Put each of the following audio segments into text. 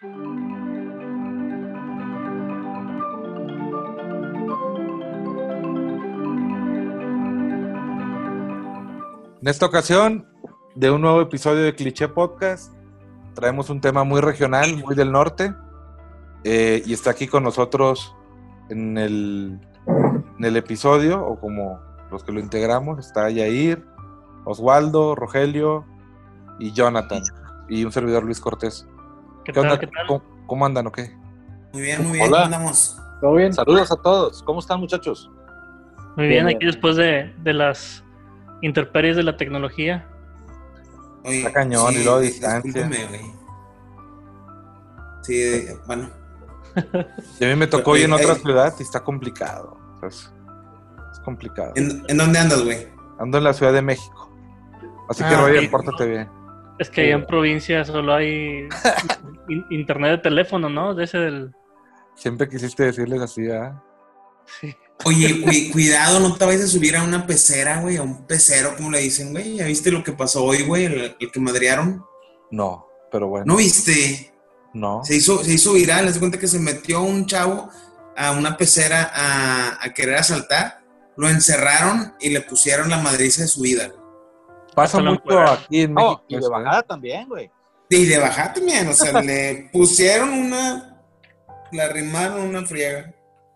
En esta ocasión, de un nuevo episodio de Cliché Podcast, traemos un tema muy regional, muy del norte, y está aquí con nosotros en el episodio, o como los que lo integramos, está Yair, Oswaldo, Rogelio y Jonathan, y un servidor Luis Cortés. ¿Qué onda? ¿Qué tal? ¿Cómo andan o qué? Muy bien, Hola. ¿cómo andamos? ¿Todo bien? Saludos a todos. ¿Cómo están, muchachos? Muy bien, Bien, aquí bien. después de las intemperies de la tecnología. Oye, Está cañón, y luego distancia. discúlpeme, güey. Sí, bueno. Y a mí me tocó ir en otra Ey. ciudad y está complicado. O sea, es complicado. ¿En dónde andas, güey? Ando en la Ciudad de México. Así que, Roger, Ok. pórtate bien. Es que allá en provincia solo hay internet de teléfono, ¿no? De ese del... Siempre quisiste decirles así, ¿ah? Sí. Oye, cuidado, no te vayas a subir a una pecera, güey, a un pecero, como le dicen, güey. ¿Ya viste lo que pasó hoy, güey? El que madrearon. No, pero bueno. ¿No viste? No. Se hizo viral, haz de cuenta que se metió un chavo a una pecera a querer asaltar, lo encerraron y le pusieron la madriza de su vida, güey. Pasa Hasta lo mucho encueraron. aquí en México. Y de eso, bajada también, güey. Y de bajar también, o sea, le pusieron le arrimaron una friega.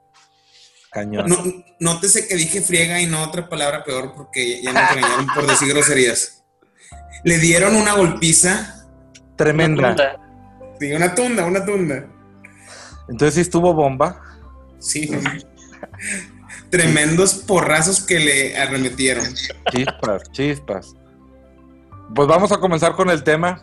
Cañón. No, nótese que dije friega y no otra palabra peor porque ya me regañaron por decir groserías. Le dieron una golpiza, Tremenda. sí, una tunda. Entonces sí estuvo bomba. Sí. Tremendos porrazos que le arremetieron. Chispas. Pues vamos a comenzar con el tema.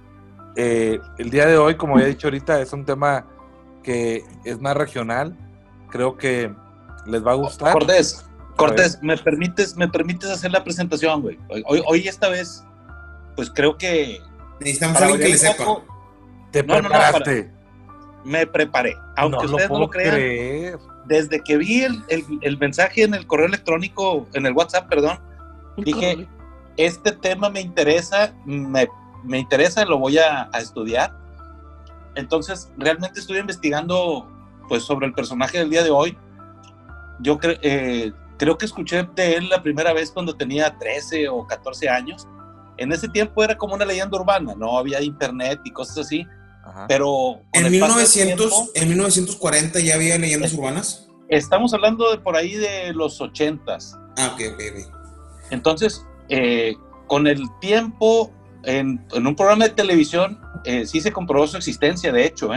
El día de hoy, como ya he dicho ahorita, es un tema que es más regional. Creo que les va a gustar. Cortés, ¿me permites hacer la presentación, güey? Hoy esta vez, pues creo que Necesitamos para alguien que le variar un sepa. poco, Te No, preparaste. me preparé. Aunque ustedes no lo crean, creer. desde que vi el mensaje en el correo electrónico, en el WhatsApp, perdón, dije, este tema me interesa, me interesa, lo voy a estudiar. Entonces, realmente estoy investigando pues sobre el personaje del día de hoy. Yo creo que escuché de él la primera vez cuando tenía 13 o 14 años. En ese tiempo era como una leyenda urbana, no había internet y cosas así, Ajá. pero con En el paso del 1900, tiempo, en 1940 ya había leyendas urbanas. estamos hablando de por ahí de los 80s. Ah, ok. Entonces, con el tiempo, en un programa de televisión, sí se comprobó su existencia, de hecho,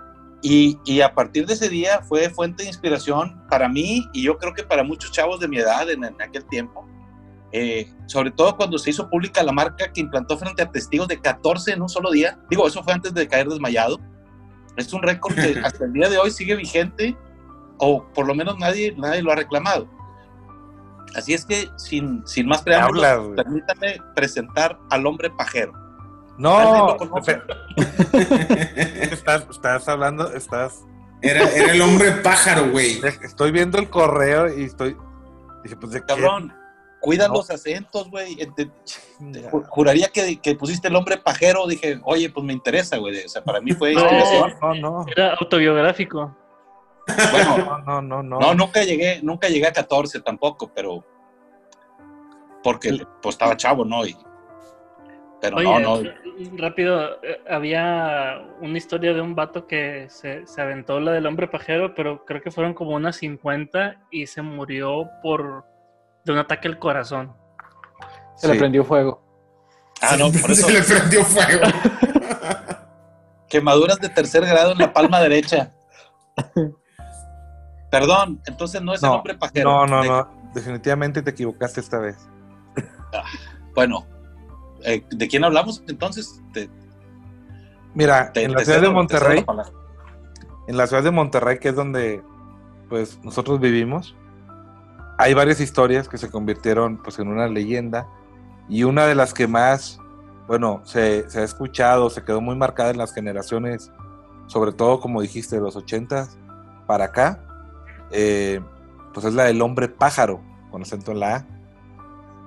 y a partir de ese día fue fuente de inspiración para mí y yo creo que para muchos chavos de mi edad en aquel tiempo, sobre todo cuando se hizo pública la marca que implantó frente a testigos de 14 en un solo día. Digo, eso fue antes de caer desmayado. Es un récord que hasta el día de hoy sigue vigente, o por lo menos nadie lo ha reclamado. Así es que, sin más preámbulos, permítame presentar al hombre pajero. No, ¿Alguien lo conoce? estás hablando, Era el hombre pájaro, güey. estoy viendo el correo y dije, pues de qué. Cabrón, cuida No. los acentos, güey. Juraría que pusiste el hombre pajero. Dije, oye, pues me interesa, güey. O sea, para mí fue inspiración. No. Era autobiográfico. Bueno, No. no, nunca llegué a 14 tampoco, pero porque pues estaba chavo, ¿no? Pero Oye, no. rápido, había una historia de un vato que se aventó la del hombre pajero, pero creo que fueron como unas 50 y se murió de un ataque al corazón. Se le prendió fuego. Ah, no, por eso. Se le prendió fuego. Quemaduras de 3er grado en la palma derecha. Perdón, entonces no es el hombre pajero. No. Definitivamente te equivocaste esta vez. Bueno, ¿de quién hablamos entonces? Mira, en la ciudad de Monterrey, la palabra. en la ciudad de Monterrey, que es donde pues nosotros vivimos, hay varias historias que se convirtieron pues en una leyenda, y una de las que más, bueno, se ha escuchado, se quedó muy marcada en las generaciones, sobre todo como dijiste, de los 80s para acá, pues es la del hombre pájaro, con acento en la A.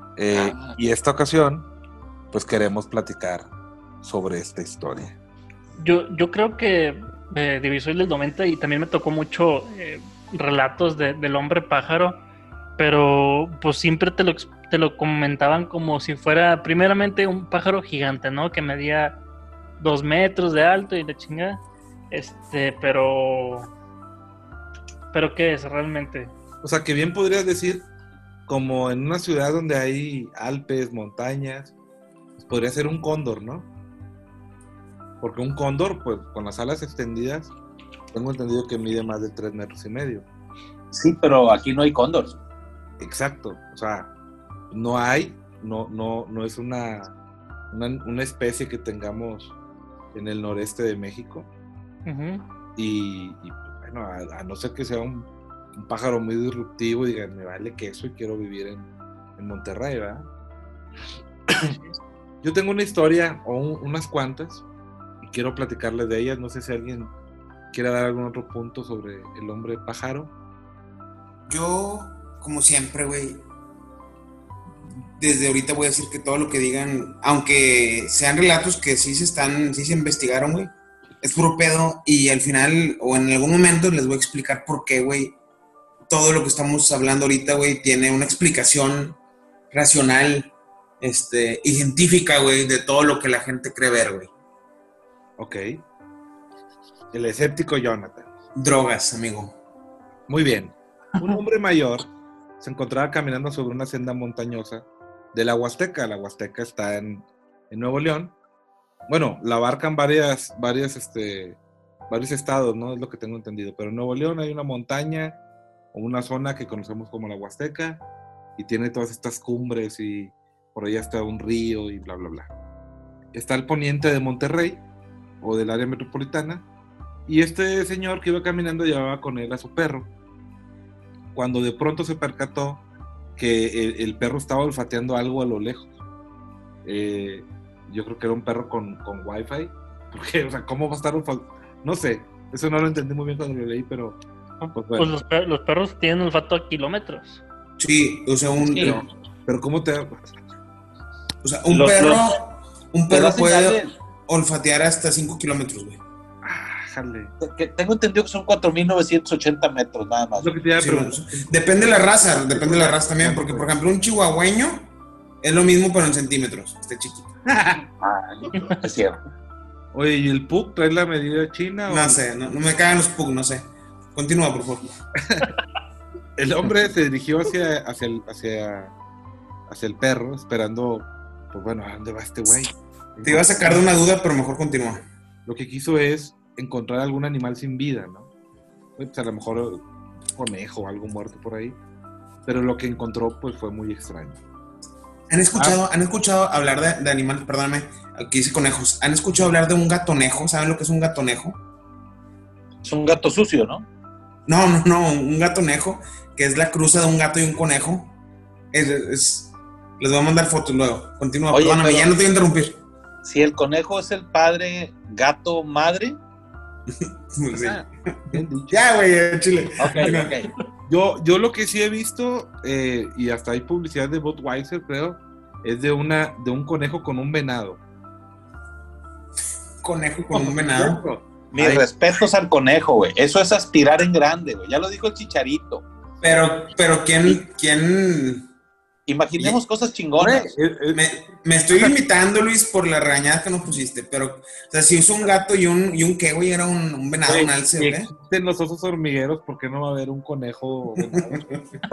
Y esta ocasión, pues queremos platicar sobre esta historia. Yo creo que digo, soy del 90 y también me tocó mucho relatos del hombre pájaro, pero pues siempre te lo comentaban como si fuera primeramente un pájaro gigante, ¿no? Que medía 2 metros de alto y la chingada. Pero ¿qué es realmente? O sea, que bien podrías decir, como en una ciudad donde hay Alpes, montañas, pues podría ser un cóndor, ¿no? Porque un cóndor, pues con las alas extendidas, tengo entendido que mide más de 3,5 metros. Sí, pero aquí no hay cóndores. Exacto, o sea, no hay, no es una especie que tengamos en el noreste de México. Uh-huh. Y bueno, a no ser que sea un pájaro muy disruptivo y digan, me vale queso y quiero vivir en Monterrey, ¿verdad? Yo tengo una historia, o unas cuantas, y quiero platicarles de ellas. No sé si alguien quiere dar algún otro punto sobre el hombre pájaro. Yo, como siempre, güey, desde ahorita voy a decir que todo lo que digan, aunque sean relatos que sí se investigaron, güey, es puro pedo, y al final, o en algún momento, les voy a explicar por qué, güey, todo lo que estamos hablando ahorita, güey, tiene una explicación racional, y científica, güey, de todo lo que la gente cree ver, güey. Ok. El escéptico Jonathan. Drogas, amigo. Muy bien. Un hombre mayor se encontraba caminando sobre una senda montañosa de la Huasteca. La Huasteca está en Nuevo León. Bueno, la abarcan varios estados, ¿no? Es lo que tengo entendido. Pero en Nuevo León hay una montaña o una zona que conocemos como la Huasteca y tiene todas estas cumbres y por allá está un río y bla, bla, bla. Está al poniente de Monterrey o del área metropolitana y este señor que iba caminando llevaba con él a su perro. Cuando de pronto se percató que el perro estaba olfateando algo a lo lejos. Yo creo que era un perro con wifi, porque, o sea, ¿cómo va a estar no sé, eso no lo entendí muy bien cuando lo leí, pero pues bueno. Pues los perros tienen olfato a kilómetros. Sí, o sea, pero ¿cómo te...? O sea, un perro puede olfatear hasta 5 kilómetros, güey. Jale. Que tengo entendido que son 4,980 metros nada más. Lo que te iba a preguntar. Depende de la raza también, porque por ejemplo un chihuahueño es lo mismo pero en centímetros, este chiquito. Es cierto. Oye, ¿y el pug trae la medida china? No sé, no me cagan los pug, no sé. Continúa, por favor. El hombre se dirigió hacia el perro, esperando, pues bueno, ¿a dónde va este güey? Te iba a sacar de una duda, pero mejor continúa. Lo que quiso es encontrar algún animal sin vida, ¿no? Pues a lo mejor un conejo o algo muerto por ahí, pero lo que encontró pues fue muy extraño. ¿Han escuchado hablar de animales? Perdóname, aquí dice conejos. ¿Han escuchado hablar de un gatonejo? ¿Saben lo que es un gatonejo? Es un gato sucio, ¿no? No, un gatonejo, que es la cruza de un gato y un conejo. Les voy a mandar fotos luego. Continúa, oye, perdóname, ya no te voy a interrumpir. Si el conejo es el padre gato madre. Sí. Ya, güey, chile. Okay. Yo lo que sí he visto, y hasta hay publicidad de Budweiser, creo, es de un conejo con un venado. ¿Conejo con un venado? Mis respetos al conejo, güey. Eso es aspirar en grande, güey. Ya lo dijo el Chicharito. Pero ¿quién? Imaginemos cosas chingonas. Me estoy limitando, Luis, por la regañada que nos pusiste, pero, o sea, si uso un gato y un qué, güey, era un venado, un alce, ¿ok? Existen los osos hormigueros, ¿por qué no va a haber un conejo venado?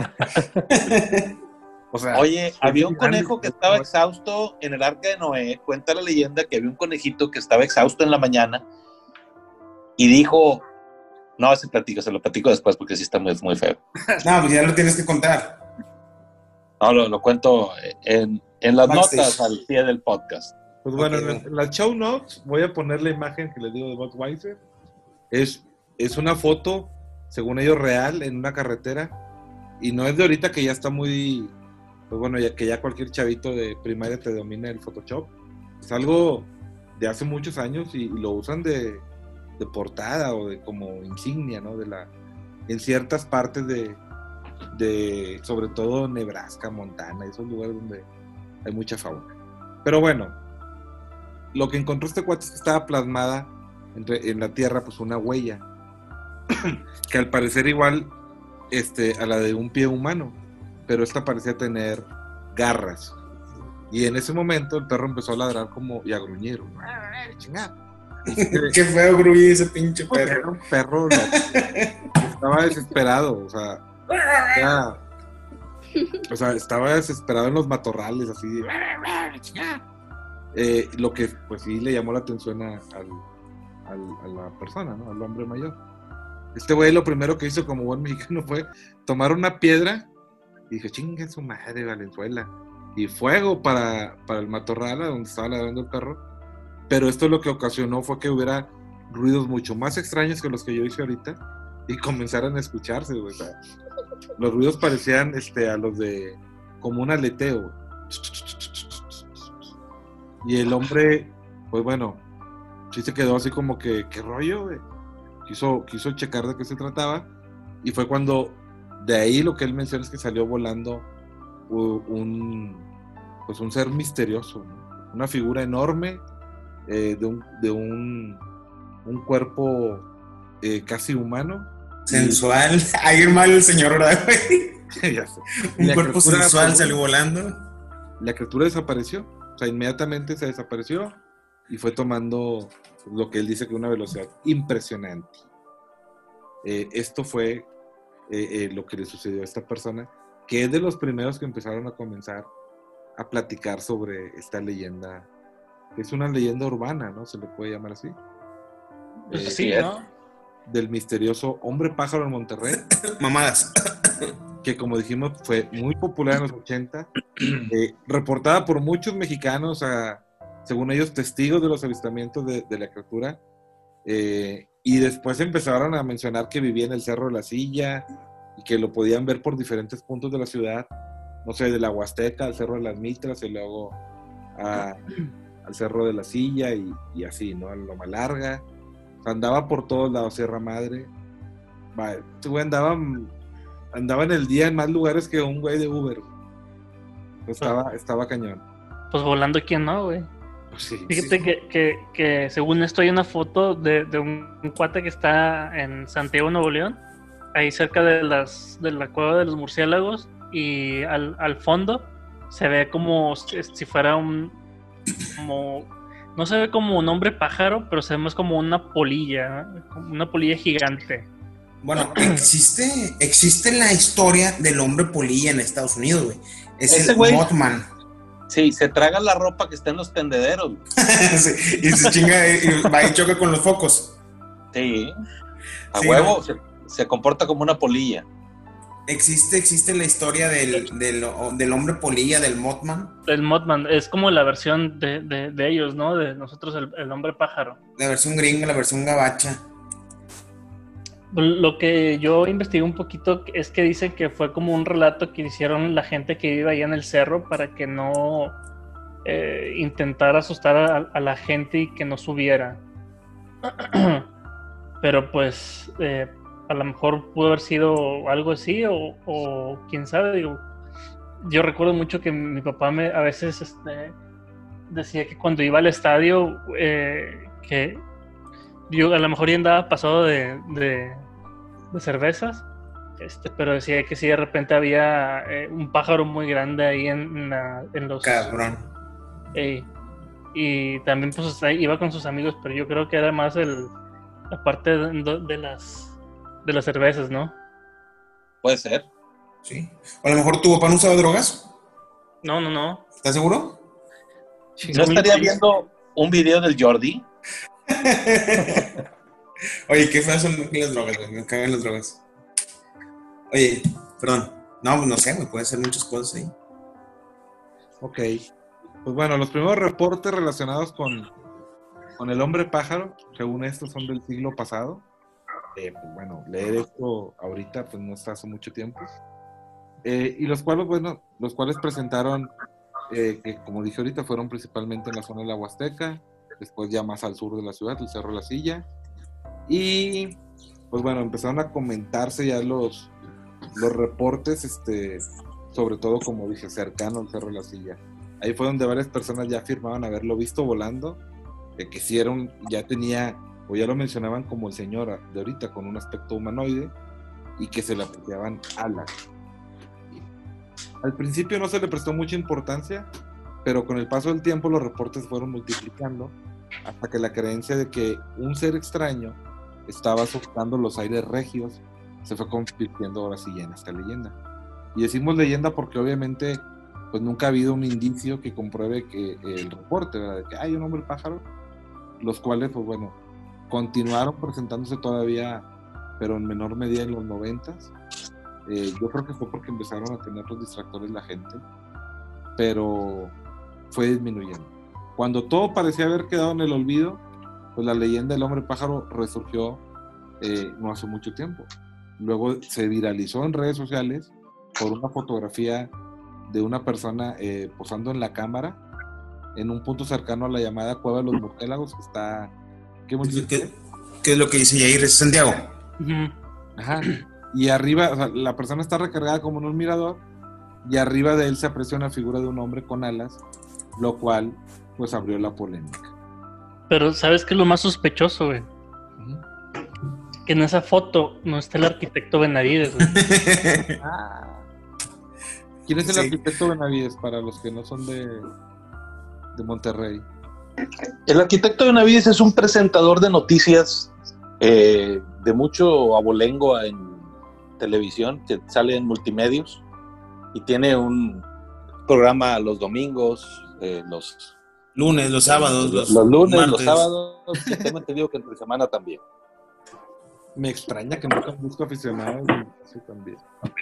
O sea, oye, había un conejo que estaba exhausto en el Arca de Noé. Cuenta la leyenda que había un conejito que estaba exhausto en la mañana y dijo... No, se lo platico después porque sí está muy, muy feo. No, pues ya lo tienes que contar. No, lo cuento en las notas al pie del podcast. Pues bueno, en las show notes voy a poner la imagen que les digo de Budweiser. Es una foto, según ellos, real en una carretera. Y no es de ahorita que ya está muy... Pues bueno, que ya cualquier chavito de primaria te domina el Photoshop. Es algo de hace muchos años y lo usan de portada o de como insignia, ¿no? En ciertas partes de sobre todo Nebraska, Montana, esos lugares donde hay mucha fauna. Pero bueno, lo que encontró este cuate es que estaba plasmada en la tierra, pues una huella, que al parecer igual a la de un pie humano, pero esta parecía tener garras. Y en ese momento el perro empezó a ladrar y a gruñir. Qué feo gruñir ese pinche perro. Era un perro, estaba desesperado, estaba desesperado en los matorrales, así lo que pues sí le llamó la atención a la persona, ¿no? Al hombre mayor. Este güey lo primero que hizo como buen mexicano fue tomar una piedra y dijo, chinga su madre, Valenzuela, y fuego para el matorral a donde estaba ladrando el perro. Pero esto lo que ocasionó fue que hubiera ruidos mucho más extraños que los que yo hice ahorita y comenzaran a escucharse, güey. O sea, los ruidos parecían a los de como un aleteo. Y el hombre, pues bueno, sí se quedó así como que, ¿qué rollo, güey? Quiso checar de qué se trataba y fue cuando de ahí lo que él menciona es que salió volando un ser misterioso, ¿no? Una figura enorme de un cuerpo casi humano. Sensual. Ahí malo el señor, ¿verdad, güey? Ya sé. Un cuerpo sensual salió volando. La criatura desapareció. O sea, inmediatamente se desapareció y fue tomando lo que él dice que una velocidad impresionante. Esto fue lo que le sucedió a esta persona, que es de los primeros que empezaron a comenzar a platicar sobre esta leyenda. Es una leyenda urbana, ¿no? Se le puede llamar así. Pues sí, ¿no? Del misterioso hombre pájaro en Monterrey. Mamadas. Que como dijimos fue muy popular en los 80, reportada por muchos mexicanos, según ellos testigos de los avistamientos de la criatura, y después empezaron a mencionar que vivía en el Cerro de la Silla y que lo podían ver por diferentes puntos de la ciudad, no sé, de la Huasteca al Cerro de las Mitras y luego al Cerro de la Silla y así, ¿no? A Loma Larga. O sea, andaba por todos lados, Sierra Madre. Este güey andaba en el día en más lugares que un güey de Uber. Estaba cañón. Pues volando, ¿quién no, güey? Pues sí. Fíjate sí. que según esto hay una foto de un cuate que está en Santiago, Nuevo León, ahí cerca de la cueva de los murciélagos, y al fondo se ve como si fuera no se ve como un hombre pájaro, pero se ve más como una polilla gigante. Bueno, existe la historia del hombre polilla en Estados Unidos, güey. Es el Mothman. Sí, se traga la ropa que está en los tendederos. Sí, y se chinga y va y choca con los focos. Sí, a huevo, ¿no? Se comporta como una polilla. Existe la historia del hombre polilla, del Mothman. El Mothman es como la versión de ellos, ¿no? De nosotros, el hombre pájaro. La versión gringa, la versión gabacha. Lo que yo investigué un poquito es que dicen que fue como un relato que hicieron la gente que vive allá en el cerro para que no intentara asustar a la gente y que no subiera. Pero pues a lo mejor pudo haber sido algo así o quién sabe. Digo, yo recuerdo mucho que mi papá a veces decía que cuando iba al estadio que yo a lo mejor ya andaba pasado de cervezas, pero decía que sí, de repente había un pájaro muy grande ahí en los... Cabrón. Y también pues iba con sus amigos, pero yo creo que era más la parte de las cervezas, ¿no? Puede ser. Sí. O a lo mejor tu papá no usaba drogas. No. ¿Estás seguro? ¿No estaría viendo un video del Jordi? Oye, qué feas son las drogas, güey. Me cagan las drogas. Oye, perdón. No sé, güey. Pueden ser muchas cosas ahí. Ok. Pues bueno, los primeros reportes relacionados con el hombre pájaro, según estos, son del siglo pasado. Pues bueno, leer esto ahorita, pues no está hace mucho tiempo. Y los cuales presentaron, que como dije ahorita, fueron principalmente en la zona de la Huasteca, después ya más al sur de la ciudad, el Cerro de la Silla. Y pues bueno, empezaron a comentarse ya los reportes, sobre todo, como dije, cercano al Cerro de la Silla. Ahí fue donde varias personas ya afirmaban haberlo visto volando, que sí ya tenía o ya lo mencionaban como el señor de ahorita, con un aspecto humanoide, y que se le apreciaban alas. Al principio no se le prestó mucha importancia, pero con el paso del tiempo los reportes fueron multiplicando, hasta que la creencia de que un ser extraño estaba soplando los aires regios se fue convirtiendo ahora sí en esta leyenda. Y decimos leyenda porque obviamente pues nunca ha habido un indicio que compruebe que el reporte, ¿verdad? De que hay un hombre pájaro, los cuales pues bueno, continuaron presentándose todavía, pero en menor medida en los 90s. Yo creo que fue porque empezaron a tener los distractores la gente, pero fue disminuyendo. Cuando todo parecía haber quedado en el olvido, pues la leyenda del hombre pájaro resurgió no hace mucho tiempo. Luego se viralizó en redes sociales por una fotografía de una persona posando en la cámara en un punto cercano a la llamada Cueva de los Murciélagos, que está... ¿Qué es lo que dice Yair? ¿Es Santiago? Ajá. Y arriba, o sea, la persona está recargada como en un mirador, y arriba de él se aprecia una figura de un hombre con alas, lo cual pues abrió la polémica. Pero ¿sabes qué es lo más sospechoso, güey? Que en esa foto no está el arquitecto Benavides, güey. ¿Quién es el arquitecto Benavides para los que no son de Monterrey? El arquitecto Benavides es un presentador de noticias de mucho abolengo en televisión, que sale en multimedios y tiene un programa los domingos, los lunes, los sábados, los lunes, martes. los sábados, y tengo entendido que entre semana también. Me extraña que nunca busco aficionados así también.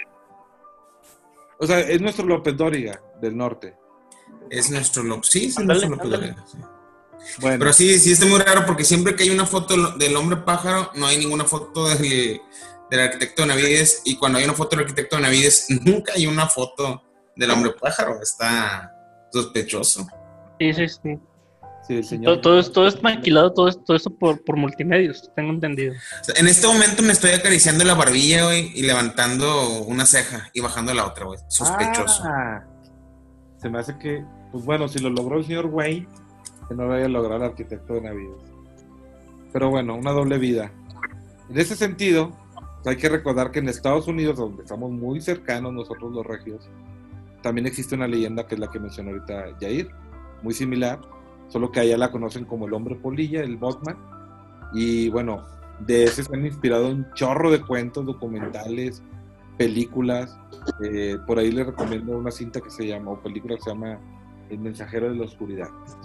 O sea, es nuestro López Dóriga del norte. Es nuestro López, sí, es nuestro López Dóriga. Sí. Bueno. Pero sí está muy raro porque siempre que hay una foto del hombre pájaro, no hay ninguna foto del arquitecto Benavides, y cuando hay una foto del arquitecto Benavides, nunca hay una foto del hombre pájaro. Está sospechoso. Sí. Sí, el señor. Todo es maquilado, todo esto por multimedios, tengo entendido. O sea, en este momento me estoy acariciando la barbilla, güey, y levantando una ceja y bajando la otra, güey. Sospechoso. Se me hace que, pues bueno, si lo logró el señor Wayne, que no lo vaya a lograr el arquitecto Benavides. Pero bueno, una doble vida. En ese sentido, hay que recordar que en Estados Unidos, donde estamos muy cercanos nosotros los regios, también existe una leyenda que es la que mencionó ahorita Yair, muy similar, solo que allá la conocen como el hombre polilla, el Botman, y bueno, de ese se han inspirado un chorro de cuentos, documentales, películas. Por ahí les recomiendo una cinta que se llama, o película que se llama El mensajero de la oscuridad.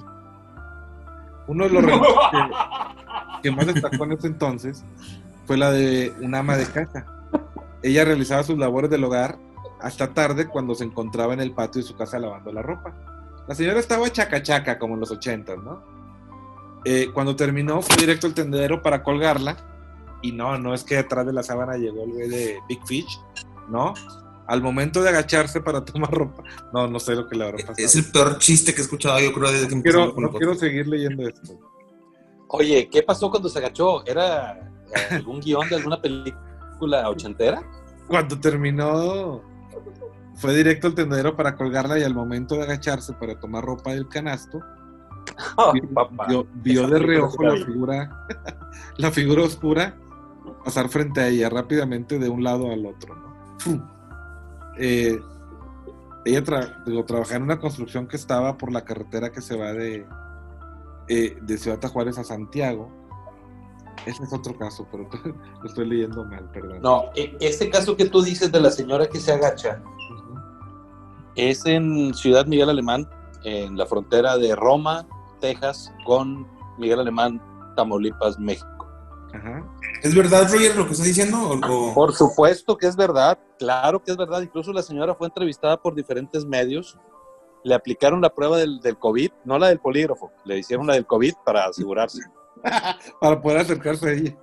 Uno de los relatos que más destacó en ese entonces fue la de una ama de casa. Ella realizaba sus labores del hogar hasta tarde, cuando se encontraba en el patio de su casa lavando la ropa. La señora estaba chaca, como en los 80, ¿no? Cuando terminó, fue directo al tendedero para colgarla, y no es que detrás de la sábana llegó el güey de Big Fish, ¿no? Al momento de agacharse para tomar ropa, no sé lo que le habrá pasado. Es el peor chiste que he escuchado, yo creo, desde que empezamos con el podcast. No quiero seguir leyendo esto. Oye, ¿qué pasó cuando se agachó? ¿Era algún guión de alguna película ochentera? Cuando terminó, fue directo al tendedero para colgarla, y al momento de agacharse para tomar ropa del canasto, vio de reojo la figura oscura pasar frente a ella rápidamente de un lado al otro, ¿no? Ella trabajaba en una construcción que estaba por la carretera que se va de Ciudad Juárez a Santiago. Ese es otro caso, pero lo estoy leyendo mal, perdón. No, este caso que tú dices de la señora que se agacha es en Ciudad Miguel Alemán, en la frontera de Roma, Texas, con Miguel Alemán, Tamaulipas, México. Ajá. ¿Es verdad, Roger, lo que estás diciendo? ¿O? Por supuesto que es verdad, claro que es verdad. Incluso la señora fue entrevistada por diferentes medios. Le aplicaron la prueba del COVID, no la del polígrafo. Le hicieron la del COVID para asegurarse. Para poder acercarse a ella.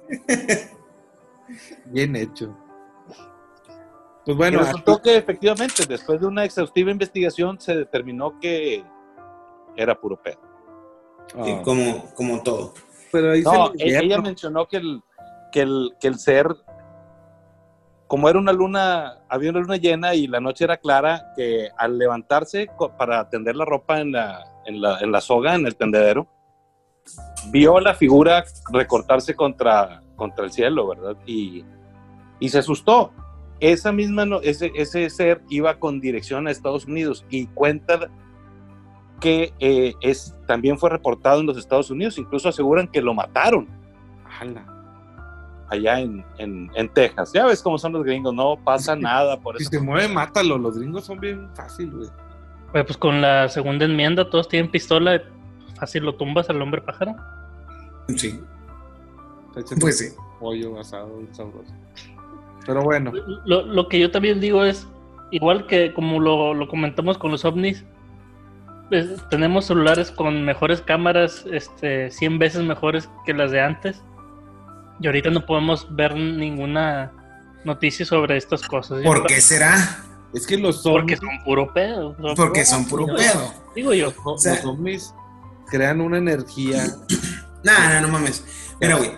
Bien hecho. Pues bueno, y resultó que efectivamente, después de una exhaustiva investigación, se determinó que era puro pedo. Como todo. Pero ahí ella mencionó que el ser, como era había una luna llena y la noche era clara, que al levantarse para tender la ropa en la soga, en el tendedero, vio la figura recortarse contra el cielo, ¿verdad? Y se asustó. Ese ser iba con dirección a Estados Unidos y cuenta que también fue reportado en los Estados Unidos, incluso aseguran que lo mataron. ¡Hala! Allá en Texas. Ya ves cómo son los gringos, no pasa nada por eso. Si se mueve, mátalo. Los gringos son bien fáciles, güey. Pues con la segunda enmienda todos tienen pistola, fácil lo tumbas al hombre pájaro. Sí. Échate Pues sí. pollo asado, sabroso. Pero bueno. Lo que yo también digo es, igual que como lo comentamos con los ovnis, tenemos celulares con mejores cámaras, 100 veces mejores que las de antes, y ahorita no podemos ver ninguna noticia sobre estas cosas. ¿Por qué será? Es que los Porque ovnis, son puro pedo. Porque son puro pedo. Digo yo. O sea, los ovnis crean una energía. No mames. Mira, güey.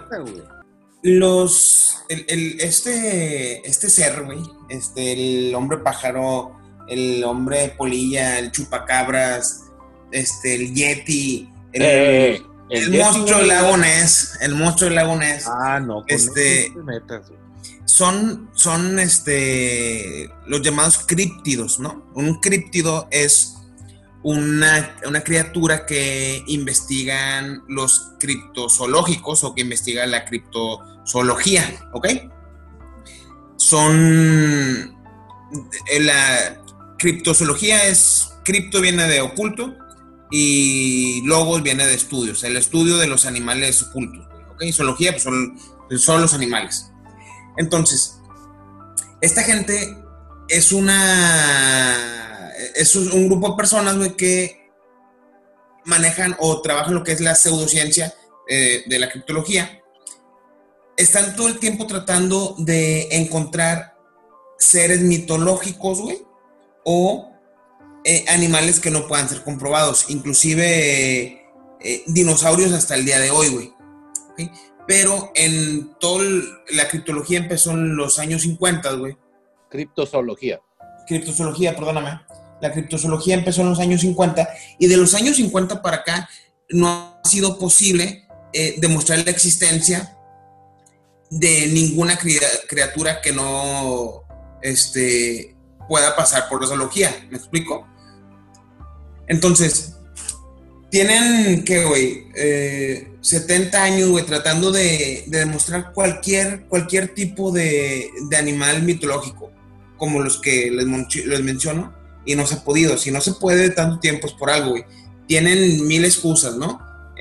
Este ser, güey, el hombre pájaro, el hombre polilla, el chupacabras, el yeti, el Yeti, monstruo del lago Ness, Ah, no, con eso te metas, güey. son los llamados críptidos, ¿no? Un críptido es una criatura que investigan los criptozoológicos o que investiga la criptozoología, ¿ok? La criptozoología cripto viene de oculto y logos viene de estudios, el estudio de los animales ocultos, ¿ok? Zoología pues son los animales. Entonces, esta gente es un grupo de personas, güey, que manejan o trabajan lo que es la pseudociencia de la criptología. Están todo el tiempo tratando de encontrar seres mitológicos, güey, o animales que no puedan ser comprobados, inclusive dinosaurios hasta el día de hoy, güey. ¿Okay? Pero la criptología empezó en los años 50, güey. Criptozoología, perdóname. La criptozoología empezó en los años 50 y de los años 50 para acá no ha sido posible demostrar la existencia de ninguna criatura que no pueda pasar por la zoología. ¿Me explico? Entonces, tienen, ¿qué, güey? 70 años, güey, tratando de demostrar cualquier tipo de animal mitológico, como los que les menciono, y no se ha podido. Si no se puede de tanto tiempo es por algo, güey. Tienen mil excusas, ¿no?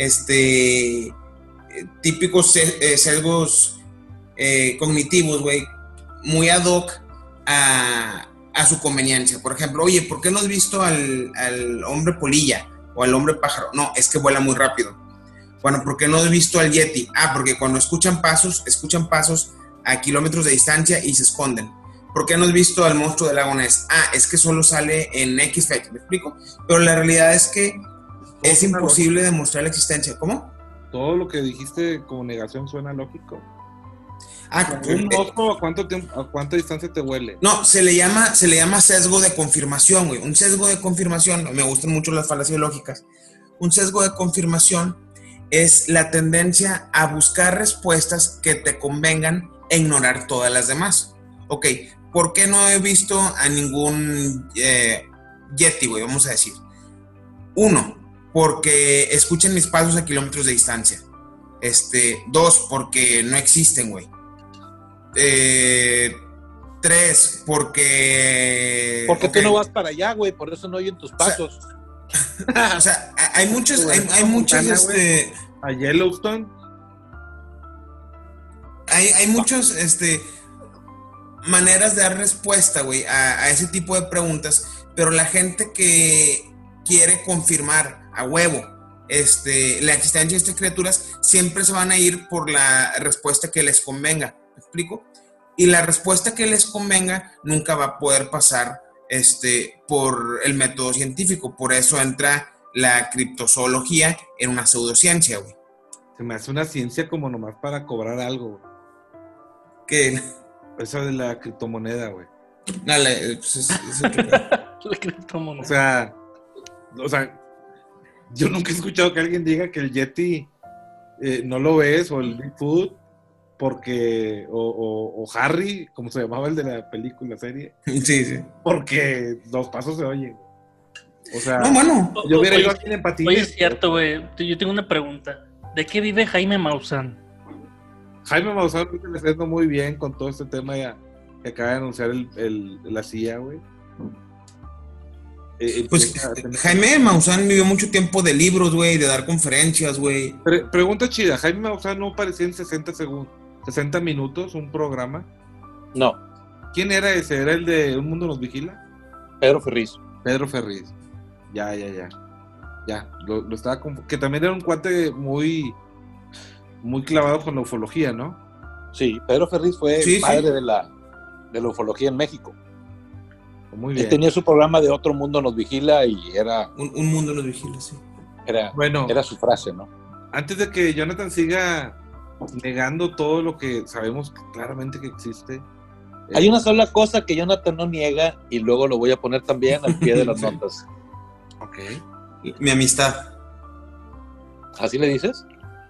Típicos sesgos cognitivos, güey, muy ad hoc a su conveniencia. Por ejemplo, oye, ¿por qué no has visto al hombre polilla o al hombre pájaro? No, es que vuela muy rápido. Bueno, ¿por qué no has visto al yeti? Porque cuando escuchan pasos a kilómetros de distancia y se esconden. ¿Por qué no has visto al monstruo del lago Ness? Es que solo sale en X fecha, ¿me explico? Pero la realidad es que es imposible demostrar la existencia. ¿Cómo? Todo lo que dijiste como negación suena lógico. Un oso, ¿a cuánta distancia te huele? No, se le llama sesgo de confirmación, güey. Un sesgo de confirmación, me gustan mucho las falacias lógicas. Un sesgo de confirmación es la tendencia a buscar respuestas que te convengan e ignorar todas las demás. Ok, ¿por qué no he visto a ningún yeti, güey? Vamos a decir. 1, porque escuchan mis pasos a kilómetros de distancia. 2, porque no existen, güey. 3, porque... Porque tú no vas para allá, güey, por eso no oyen tus pasos. O sea, hay muchos, a Yellowstone. Hay muchos, maneras de dar respuesta, güey, a ese tipo de preguntas, pero la gente que quiere confirmar a huevo la existencia de estas criaturas siempre se van a ir por la respuesta que les convenga. ¿Me explico? Y la respuesta que les convenga nunca va a poder pasar por el método científico. Por eso entra la criptozoología en una pseudociencia, güey. Se me hace una ciencia como nomás para cobrar algo, güey. ¿Qué? Esa de la criptomoneda, güey. No, La criptomoneda. O sea, yo nunca he escuchado que alguien diga que el Yeti no lo ves, o el Bigfoot, porque, o Harry, como se llamaba el de la película, serie, Sí. porque los pasos se oyen. O sea, No, bueno. yo hubiera ido aquí en empatía. Oye, es cierto, güey. Yo tengo una pregunta. ¿De qué vive Jaime Maussan? Jaime Maussan le está yendo muy bien con todo este tema ya que acaba de anunciar la CIA, güey. Pues Jaime Maussan vivió mucho tiempo de libros, güey, de dar conferencias, güey. Pregunta chida, ¿Jaime Maussan no aparecía en 60 minutos un programa? No. ¿Quién era ese? ¿Era el de Un Mundo Nos Vigila? Pedro Ferriz. Pedro Ferriz. Ya. Lo estaba que también era un cuate muy clavado con la ufología, ¿no? Sí, Pedro Ferriz fue el padre de la ufología en México. Muy bien. Él tenía su programa de Otro Mundo Nos Vigila y era... Un mundo nos vigila, sí. Era su frase, ¿no? Antes de que Jonathan siga negando todo lo que sabemos claramente que existe. Hay una sola cosa que Jonathan no niega y luego lo voy a poner también al pie de las notas. Ok. Mi amistad. ¿Así le dices?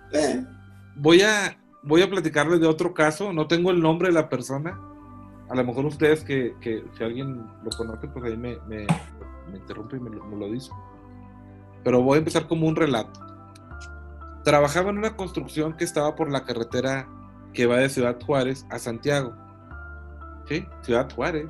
Voy a platicarles de otro caso. No tengo el nombre de la persona. A lo mejor ustedes que si alguien lo conoce, pues ahí me interrumpe y me lo dice. Pero voy a empezar como un relato. Trabajaba en una construcción que estaba por la carretera que va de Ciudad Juárez a Santiago. ¿Sí? Ciudad Juárez.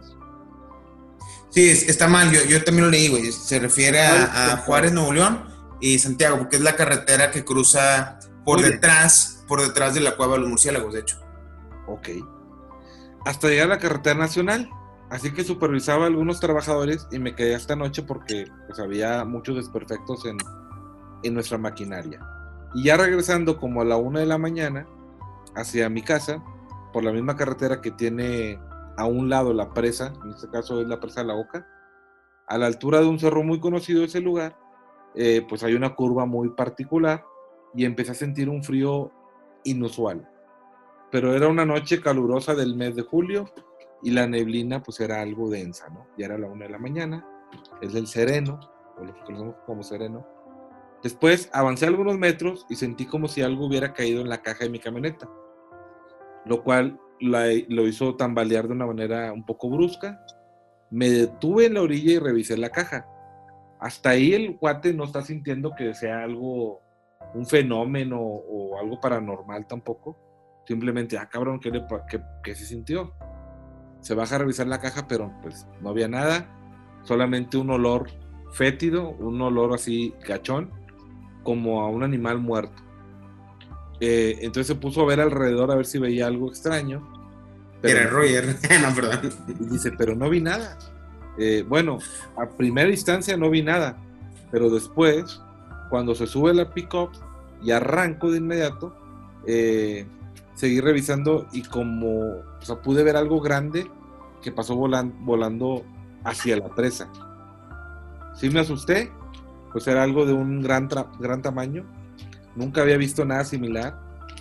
Sí, está mal. Yo también lo leí, güey. Se refiere a Juárez, Nuevo León y Santiago, porque es la carretera que cruza por detrás de la Cueva de los Murciélagos, de hecho. Ok. Hasta llegar a la carretera nacional. Así que supervisaba a algunos trabajadores y me quedé esta noche porque pues, había muchos desperfectos en nuestra maquinaria. Y ya regresando como a la 1 de la mañana hacia mi casa, por la misma carretera que tiene a un lado la presa, en este caso es la presa de La Oca, a la altura de un cerro muy conocido de ese lugar, pues hay una curva muy particular y empecé a sentir un frío inusual. Pero era una noche calurosa del mes de julio y la neblina pues era algo densa, ¿no? Ya era la 1 de la mañana, es el sereno, o lo que conocemos como sereno. Después avancé algunos metros y sentí como si algo hubiera caído en la caja de mi camioneta, lo cual lo hizo tambalear de una manera un poco brusca. Me detuve en la orilla y revisé la caja. Hasta ahí el cuate no está sintiendo que sea algo, un fenómeno o algo paranormal tampoco. Simplemente, cabrón, ¿qué se sintió? Se baja a revisar la caja, pero pues no había nada, solamente un olor fétido, un olor así gachón, como a un animal muerto. Entonces se puso a ver alrededor a ver si veía algo extraño. Era Roger, no, perdón. Y dice, pero no vi nada. Bueno, a primera instancia no vi nada, pero después, cuando se sube la pick-up y arranco de inmediato, seguí revisando y pude ver algo grande que pasó volando hacia la presa. Sí me asusté, pues era algo de un gran tamaño. Nunca había visto nada similar.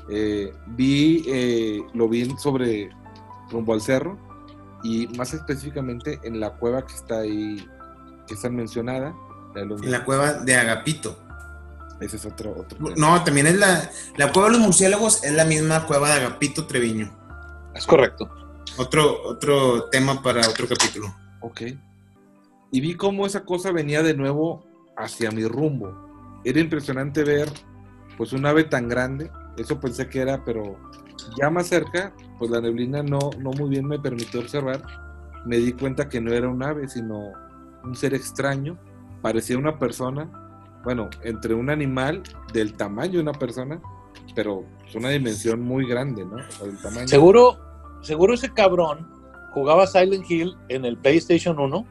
Lo vi rumbo al cerro y más específicamente en la cueva que está ahí, que está mencionada. En la cueva de Agapito. Ese es otro tema. No, también es la Cueva de los Murciélagos, es la misma cueva de Agapito Treviño. Es correcto. Otro tema para otro capítulo. Ok. Y vi cómo esa cosa venía de nuevo hacia mi rumbo. Era impresionante ver pues un ave tan grande. Eso pensé que era, pero ya más cerca, pues la neblina no muy bien me permitió observar. Me di cuenta que no era un ave, sino un ser extraño. Parecía una persona. Bueno, entre un animal del tamaño de una persona, pero es una dimensión muy grande, ¿no? O sea, del tamaño. Seguro ese cabrón jugaba Silent Hill en el PlayStation 1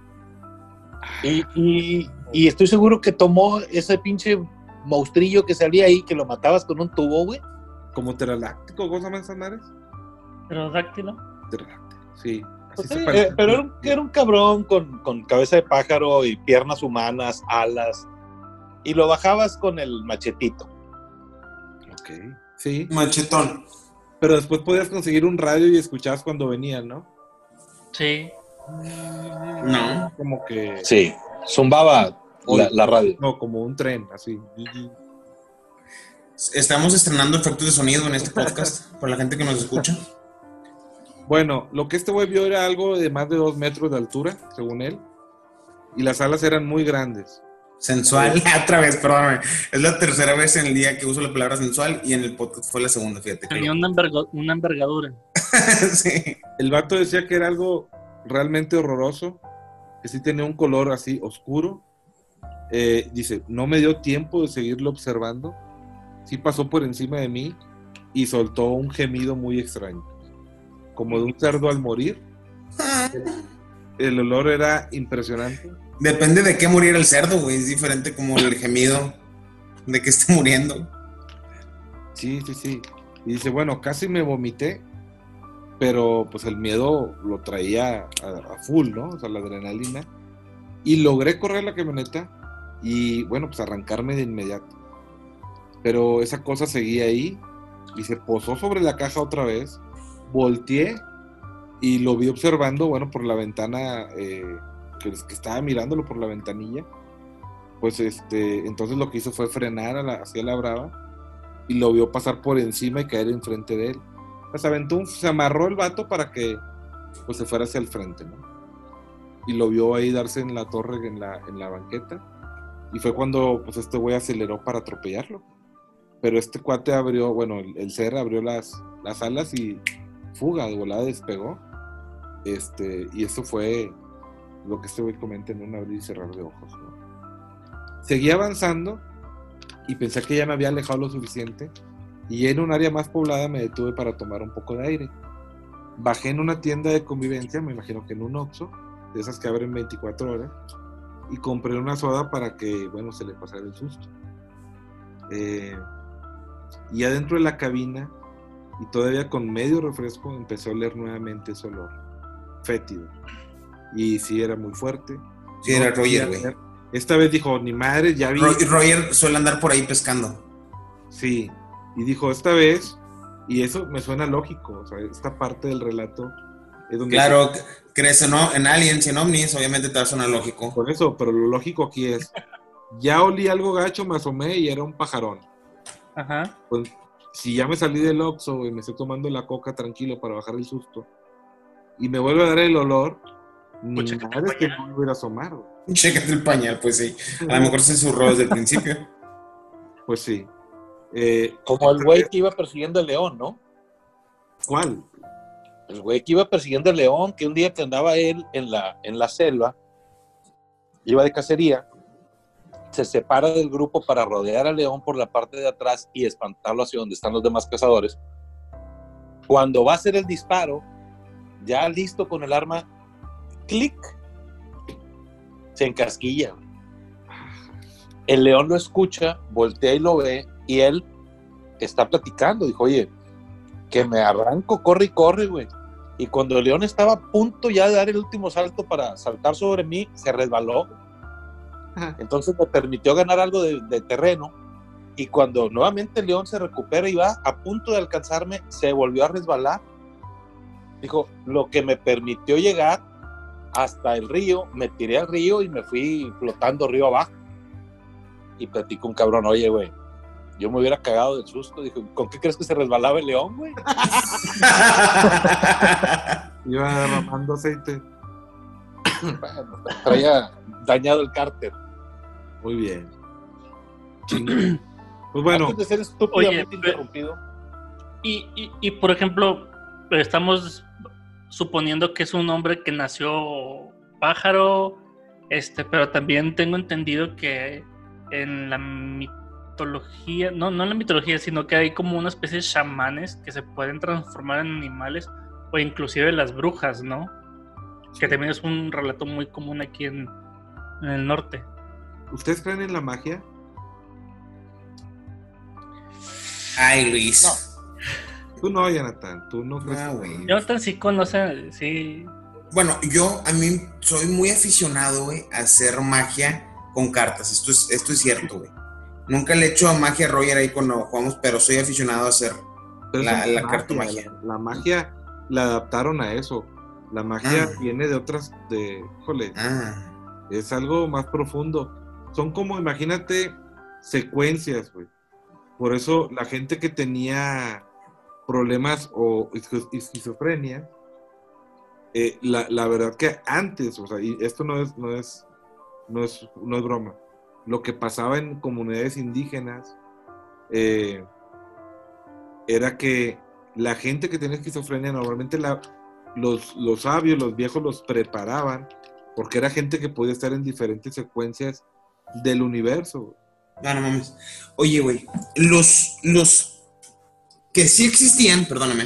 y estoy seguro que tomó ese pinche monstrillo que salía ahí, que lo matabas con un tubo, güey. ¿Como pterodáctico, cosa más Sanares? ¿Pterodáctilo? Pterodáctico, sí. Pues sí, pero era un cabrón con cabeza de pájaro y piernas humanas, alas. Y lo bajabas con el machetito. Ok, sí. Machetón. Pero después podías conseguir un radio y escuchabas cuando venían, ¿no? Sí. No. Como que... Sí, zumbaba la radio. No, como un tren, así. Estamos estrenando efectos de sonido en este podcast por la gente que nos escucha. Bueno, lo que este güey vio era algo de más de 2 metros de altura, según él, y las alas eran muy grandes. Sensual, otra vez, perdóname. Es la tercera vez en el día que uso la palabra sensual y en el podcast fue la segunda, fíjate. Tenía una envergadura. Sí. El vato decía que era algo realmente horroroso, que sí tenía un color así oscuro. Dice, no me dio tiempo de seguirlo observando, sí pasó por encima de mí y soltó un gemido muy extraño, como de un cerdo al morir. El olor era impresionante. Depende de qué muriera el cerdo, güey. Es diferente como el gemido de que esté muriendo. Sí. Y dice, bueno, casi me vomité, pero pues el miedo lo traía a full, ¿no? O sea, la adrenalina. Y logré correr la camioneta y, bueno, pues arrancarme de inmediato. Pero esa cosa seguía ahí y se posó sobre la caja otra vez. Volteé y lo vi observando, bueno, por la ventana, que estaba mirándolo por la ventanilla. Pues entonces lo que hizo fue frenar hacia la brava y lo vio pasar por encima y caer enfrente de él. Pues se amarró el vato para que pues se fuera hacia el frente, ¿no? Y lo vio ahí darse en la torre, en la banqueta, y fue cuando pues este güey aceleró para atropellarlo. Pero este cuate abrió, bueno, el ser abrió las alas y fuga, de volada despegó. Y eso fue lo que este güey comenta en un abrir y cerrar de ojos, ¿no? Seguí avanzando y pensé que ya me había alejado lo suficiente, y en un área más poblada me detuve para tomar un poco de aire. Bajé en una tienda de convivencia, me imagino que en un Oxxo, de esas que abren 24 horas, y compré una soda para que, bueno, se le pasara el susto. Y adentro de la cabina, y todavía con medio refresco, empecé a oler nuevamente ese olor fétido. Y sí, era muy fuerte. Sí, era Roger, güey. Esta vez dijo, ni madre, ya vi. Roger suele andar por ahí pescando. Sí, y dijo, esta vez, y eso me suena lógico, o sea, esta parte del relato es donde... Claro, crees en Aliens y en Omnis, obviamente te va a sonar lógico. Por eso, pero lo lógico aquí es, ya olí algo gacho, me asomé y era un pajarón. Ajá. Pues, si ya me salí del Oxxo y me estoy tomando la coca tranquilo para bajar el susto, y me vuelve a dar el olor, ni nada es que no me hubiera asomado. Chécate el pañal, pues sí. A lo mejor se zurró desde el principio. Pues sí. Como el güey que iba persiguiendo al león, ¿no? ¿Cuál? El güey que iba persiguiendo al león, que un día que andaba él en la selva, iba de cacería, se separa del grupo para rodear al león por la parte de atrás y espantarlo hacia donde están los demás cazadores. Cuando va a hacer el disparo, ya listo con el arma, clic, se encasquilla. El león lo escucha, voltea y lo ve, y él está platicando. Dijo, oye, que me arranco, corre y corre, güey. Y cuando el león estaba a punto ya de dar el último salto para saltar sobre mí, se resbaló. Entonces me permitió ganar algo de terreno. Y cuando nuevamente el león se recupera y va a punto de alcanzarme, se volvió a resbalar. Dijo, lo que me permitió llegar hasta el río, me tiré al río y me fui flotando río abajo. Y platicó un cabrón, oye, güey, yo me hubiera cagado del susto. Dijo, ¿con qué crees que se resbalaba el león, güey? Iba derramando aceite. Bueno, traía dañado el cárter. Muy bien. Pues bueno. Antes de ser estúpidamente interrumpido. Y por ejemplo, estamos suponiendo que es un hombre que nació pájaro, pero también tengo entendido que en la mitología, no en la mitología, sino que hay como una especie de chamanes que se pueden transformar en animales, o inclusive las brujas, ¿no? Sí. Que también es un relato muy común aquí en el norte. ¿Ustedes creen en la magia? Ay, Luis. No. Tú no, Jonathan, tú no crees. Ah, güey. Jonathan sí conoce, sí. Bueno, a mí soy muy aficionado, güey, a hacer magia con cartas. Esto es cierto, güey. Nunca le he hecho magia a Roger ahí cuando jugamos, pero soy aficionado a hacer la cartomagia. La magia la adaptaron a eso. La magia viene de otras, híjole, es algo más profundo. Son como, imagínate, secuencias, güey. Por eso la gente que tenía problemas o esquizofrenia, la verdad que antes, o sea, y esto no es broma, lo que pasaba en comunidades indígenas era que la gente que tenía esquizofrenia normalmente los sabios, los viejos los preparaban porque era gente que podía estar en diferentes secuencias del universo. No mames. Oye, güey, los que sí existían, perdóname,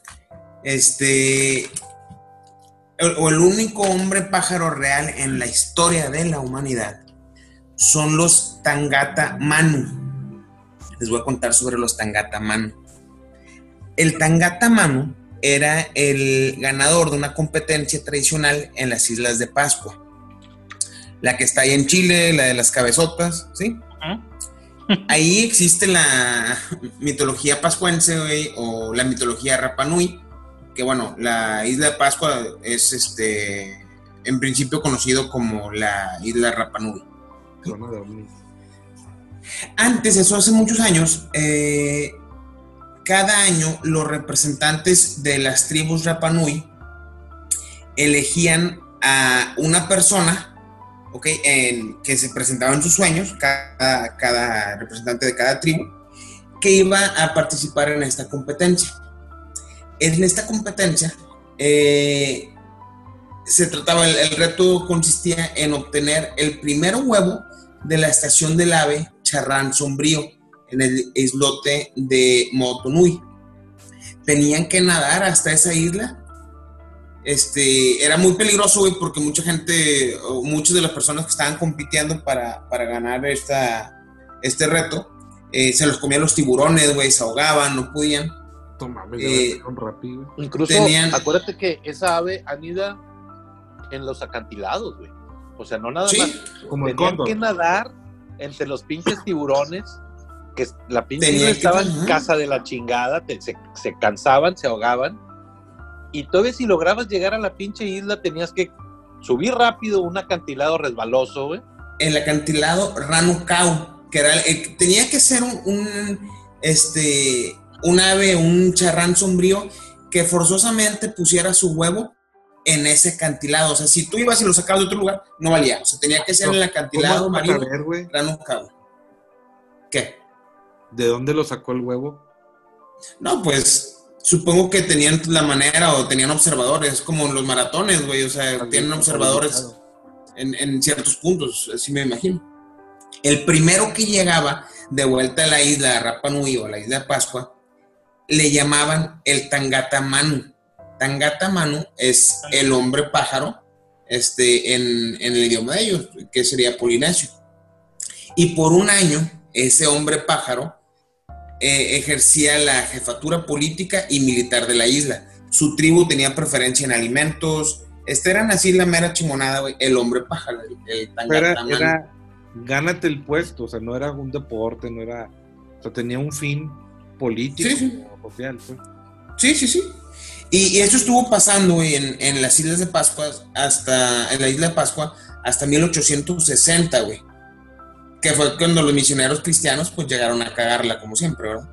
o el único hombre pájaro real en la historia de la humanidad son los Tangata Manu. Les voy a contar sobre los Tangata Manu. El Tangata Manu era el ganador de una competencia tradicional en las Islas de Pascua. La que está ahí en Chile, la de las cabezotas, ¿sí? Ahí existe la mitología pascuense, güey, o la mitología Rapa Nui, que bueno, la isla de Pascua es en principio conocido como la isla Rapa Nui. Antes, eso hace muchos años, cada año los representantes de las tribus Rapa Nui elegían a una persona, que se presentaba en sus sueños, cada representante de cada tribu, que iba a participar en esta competencia. En esta competencia se trataba, el reto consistía en obtener el primer huevo de la estación del ave Charrán Sombrío en el islote de Motunui. Tenían que nadar hasta esa isla. Era muy peligroso, güey, porque mucha gente, o muchas de las personas que estaban compitiendo para ganar este reto, se los comían los tiburones, güey, se ahogaban, no podían. Rápido. Incluso, acuérdate que esa ave anida en los acantilados, güey. O sea, no nada más. Como tenían que nadar entre los pinches tiburones, que la pinche isla estaba en casa de la chingada, se cansaban, se ahogaban. Y todavía si lograbas llegar a la pinche isla tenías que subir rápido un acantilado resbaloso, güey. El acantilado Ranukau, que era tenía que ser un ave, un charrán sombrío que forzosamente pusiera su huevo en ese acantilado. O sea, si tú ibas y lo sacabas de otro lugar, no valía. O sea, tenía que ser en el acantilado marino Ranukau. ¿Qué? ¿De dónde lo sacó el huevo? No, pues supongo que tenían la manera o tenían observadores, como en los maratones, güey, o sea, tienen observadores en ciertos puntos, así me imagino. El primero que llegaba de vuelta a la isla de Rapa Nui o a la isla de Pascua, le llamaban el Tangata Manu. Tangata Manu es el hombre pájaro, en el idioma de ellos, que sería polinesio. Y por un año, ese hombre pájaro ejercía la jefatura política y militar de la isla. Su tribu tenía preferencia en alimentos. Eran así la mera chimonada, güey. El hombre pájaro, el Tangata Manu. Era gánate el puesto, o sea, no era un deporte, no era, o sea, tenía un fin político, social, pues. Sí. Y eso estuvo pasando, güey, en las Islas de Pascua, en la isla de Pascua, hasta 1860, güey. Que fue cuando los misioneros cristianos pues llegaron a cagarla como siempre, ¿verdad?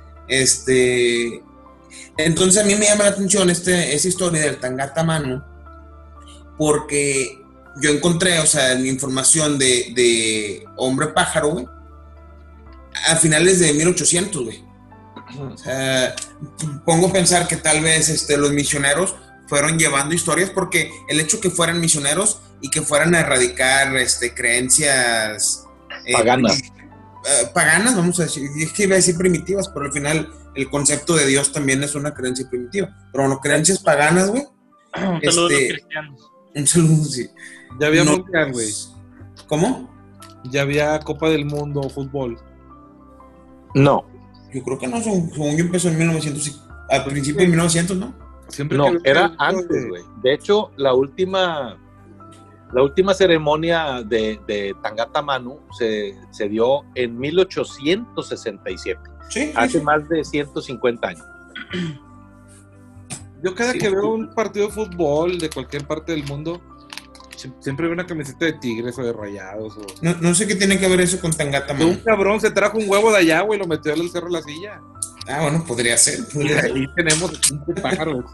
Entonces a mí me llama la atención esa historia del Tangata Manu, porque yo encontré, o sea, información de hombre pájaro, güey, a finales de 1800, güey. O sea, pongo a pensar que tal vez los misioneros fueron llevando historias, porque el hecho que fueran misioneros y que fueran a erradicar creencias paganas, vamos a decir, es que iba a decir primitivas, pero al final el concepto de Dios también es una creencia primitiva, pero bueno, creencias paganas, güey. Un saludo a los cristianos. Un saludo, sí. Ya había mundial, güey. ¿Cómo? Ya había Copa del Mundo, fútbol. No. Yo creo que no, según yo empezó en 1900, al principio de 1900, ¿no? Siempre no, era antes, güey. De hecho, la última ceremonia de Tangata Manu se dio en 1867. Sí, hace más de 150 años. Yo cada que veo un partido de fútbol de cualquier parte del mundo, Siempre veo una camiseta de Tigres o de Rayados. O... No sé qué tiene que ver eso con Tangata, un cabrón se trajo un huevo de allá, güey, lo metió al Cerro de la Silla. Ah, bueno, podría ser. Ahí tenemos un pájaro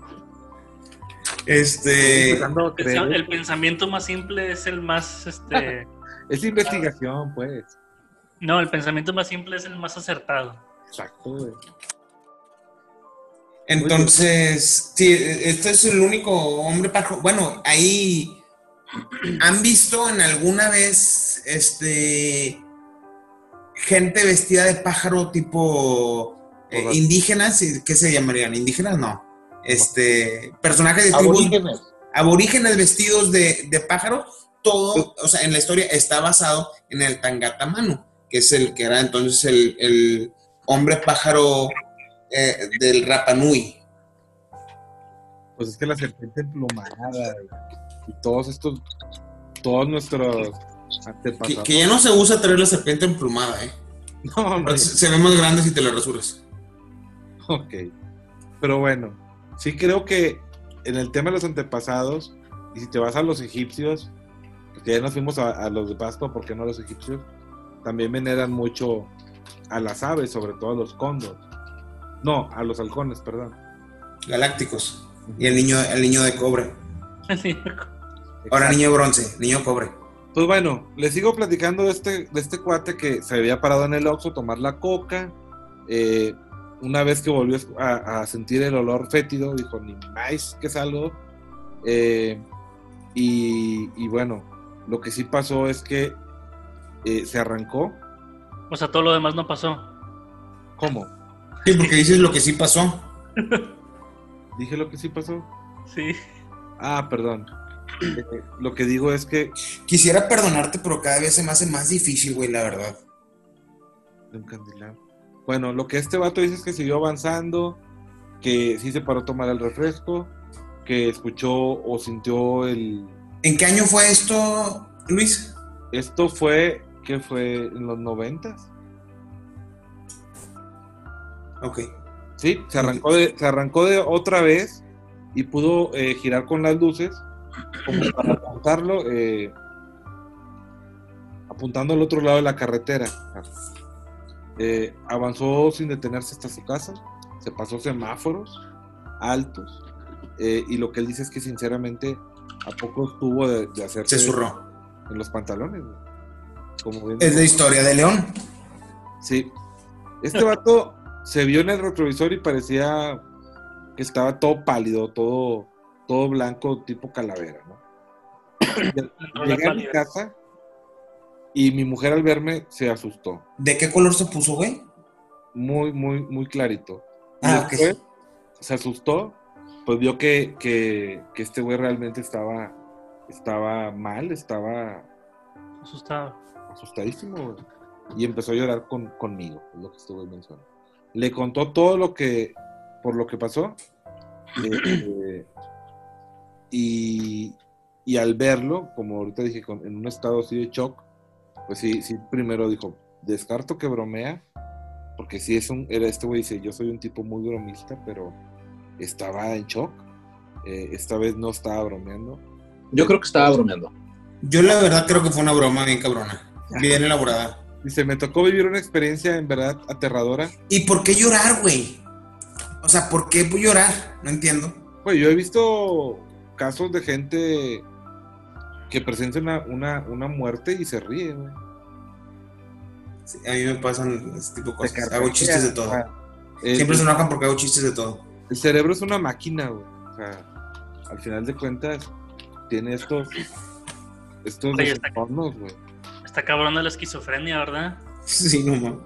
El pensamiento más simple es el más, Es investigación, pues. No, el pensamiento más simple es el más acertado. Exacto, güey. Entonces, sí, este es el único hombre pájaro. Bueno, ahí han visto en alguna vez gente vestida de pájaro tipo indígenas, ¿qué se llamarían? ¿Indígenas? No. Personajes de tribus aborígenes vestidos de pájaro. Todo, o sea, en la historia está basado en el Tangata Manu, que es el que era entonces el hombre pájaro del Rapa Nui. Pues es que la serpiente emplumada y todos nuestros antepasados. Que ya no se usa traer la serpiente emplumada, No. Se ve más grande si te la rasuras. Ok. Pero bueno, sí creo que en el tema de los antepasados, y si te vas a los egipcios, que ya nos fuimos a los de Pasto, ¿por qué no a los egipcios? También veneran mucho a las aves, sobre todo a los cóndores. No, a los halcones, perdón. Galácticos. Y el niño de cobre. Ahora niño de bronce, niño de cobre. Pues bueno, les sigo platicando de este cuate que se había parado en el Oxxo a tomar la coca. Una vez que volvió a sentir el olor fétido, dijo, ni más que salgo. Y bueno, lo que sí pasó es que se arrancó. O sea, todo lo demás no pasó. ¿Cómo? Sí, porque dices lo que sí pasó. ¿Dije lo que sí pasó? Sí. Ah, perdón. Lo que digo es que... Quisiera perdonarte, pero cada vez se me hace más difícil, güey, la verdad. Bueno, lo que este vato dice es que siguió avanzando, que sí se paró a tomar el refresco, que escuchó o sintió el... ¿En qué año fue esto, Luis? Esto fue, ¿qué fue? ¿En los 90s? Ok. Sí, se arrancó de otra vez y pudo girar con las luces como para apuntando al otro lado de la carretera. Avanzó sin detenerse hasta su casa, se pasó semáforos altos y lo que él dice es que sinceramente a poco estuvo de hacerse... Se zurró. En los pantalones. Como bien, es la historia de León. Sí. Este vato se vio en el retrovisor y parecía que estaba todo pálido, todo blanco, tipo calavera, ¿no? Llegué a mi casa y mi mujer al verme se asustó. ¿De qué color se puso, güey? Muy, muy, muy clarito. Y después okay. Se asustó, pues vio que este güey realmente estaba mal, estaba asustadísimo, güey. Y empezó a llorar conmigo, es lo que este güey mencionó. Le contó todo por lo que pasó, y al verlo, como ahorita dije, en un estado así de shock, pues sí, primero dijo, descarto que bromea, porque sí era este güey, dice, yo soy un tipo muy bromista, pero estaba en shock, esta vez no estaba bromeando. Yo creo que estaba bromeando. Yo la verdad creo que fue una broma bien cabrona, bien elaborada. Dice, me tocó vivir una experiencia en verdad aterradora. ¿Y por qué llorar, güey? O sea, ¿por qué llorar? No entiendo. Güey, yo he visto casos de gente que presenta una muerte y se ríe, güey. Sí, a mí me pasan este tipo de cosas. Hago chistes de todo. Siempre se enojan porque hago chistes de todo. El cerebro es una máquina, güey. O sea, al final de cuentas, tiene estos entornos, güey. Está cabrón de la esquizofrenia, ¿verdad? Sí, no mames.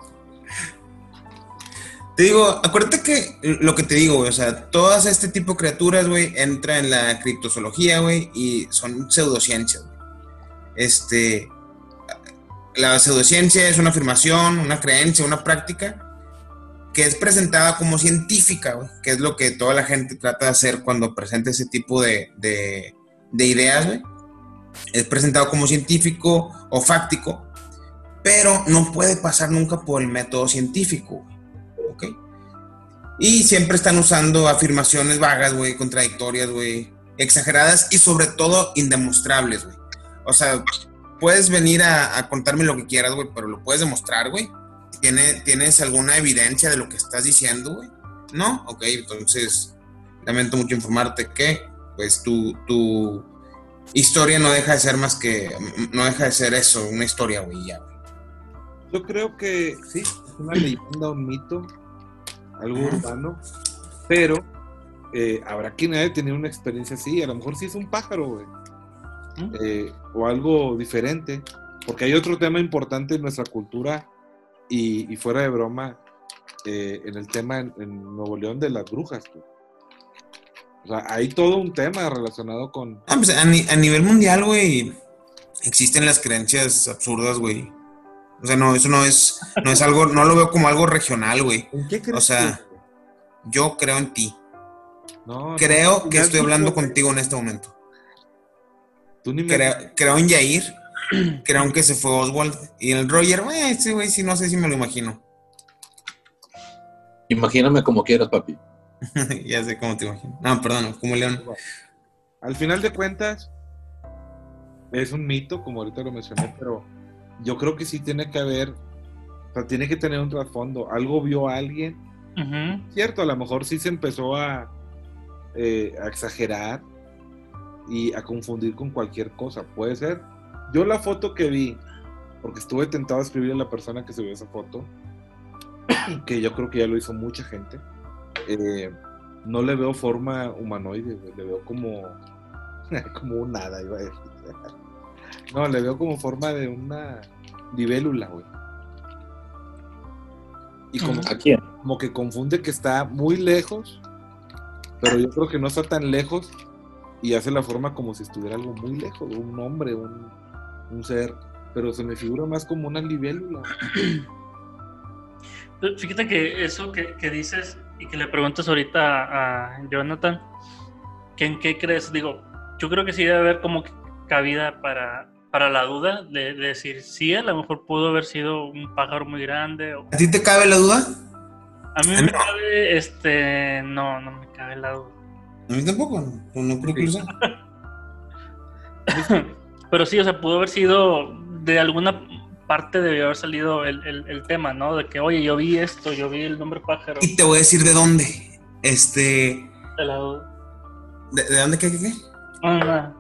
Te digo, acuérdate que lo que te digo, güey, o sea, todas este tipo de criaturas, güey, entran en la criptozoología, güey, y son pseudociencias, güey. La pseudociencia es una afirmación, una creencia, una práctica que es presentada como científica, güey, que es lo que toda la gente trata de hacer cuando presenta ese tipo de ideas, güey. Es presentado como científico o fáctico, pero no puede pasar nunca por el método científico, ¿ok? Y siempre están usando afirmaciones vagas, güey, contradictorias, güey, exageradas y sobre todo indemostrables, güey. O sea, puedes venir a contarme lo que quieras, güey, pero lo puedes demostrar, güey. ¿Tienes alguna evidencia de lo que estás diciendo, güey? ¿No? Ok, entonces lamento mucho informarte que, pues, tu historia no deja de ser no deja de ser eso, una historia, güey, ya, güey. Yo creo que sí, es una leyenda, un mito, algo urbano, pero habrá quien haya tenido una experiencia así, a lo mejor sí es un pájaro, güey, o algo diferente, porque hay otro tema importante en nuestra cultura y fuera de broma, en el tema en Nuevo León de las brujas, güey. O sea, hay todo un tema relacionado con... Pues a nivel mundial, güey, existen las creencias absurdas, güey. O sea, no, eso no es algo, no lo veo como algo regional, güey. ¿En qué crees? O sea, yo creo en ti. No, creo que estoy hablando contigo en este momento. Tú ni me... Creo en Yair, creo en que se fue Oswald. Y el Roger, ese güey, sí, no sé si me lo imagino. Imagíname como quieras, papi. Ya sé cómo te imagino. No, perdón, como León. Al final de cuentas, es un mito, como ahorita lo mencioné, pero yo creo que sí tiene que haber, o sea, tiene que tener un trasfondo. Algo vio a alguien, cierto, a lo mejor sí se empezó a exagerar y a confundir con cualquier cosa, puede ser. Yo la foto que vi, porque estuve tentado a escribirle a la persona que subió esa foto, que yo creo que ya lo hizo mucha gente, no le veo forma humanoide, güey. Le veo como un nada, iba a decir. No, le veo como forma de una libélula, güey. Y como, ¿a quién? Como que confunde que está muy lejos, pero yo creo que no está tan lejos y hace la forma como si estuviera algo muy lejos, un hombre, un ser, pero se me figura más como una libélula. Fíjate que eso que dices y que le preguntas ahorita a Jonathan, que en qué crees, digo, yo creo que sí debe haber como cabida para la duda de decir, sí, a lo mejor pudo haber sido un pájaro muy grande. ¿A ti te cabe la duda? A mí me cabe, no me cabe la duda. A mí tampoco, no creo que lo sea. Pero sí, o sea, pudo haber sido de alguna parte, debió haber salido el tema, ¿no? De que, oye, yo vi esto, yo vi el nombre pájaro. Y te voy a decir de dónde. De la duda. ¿De dónde qué? Ah,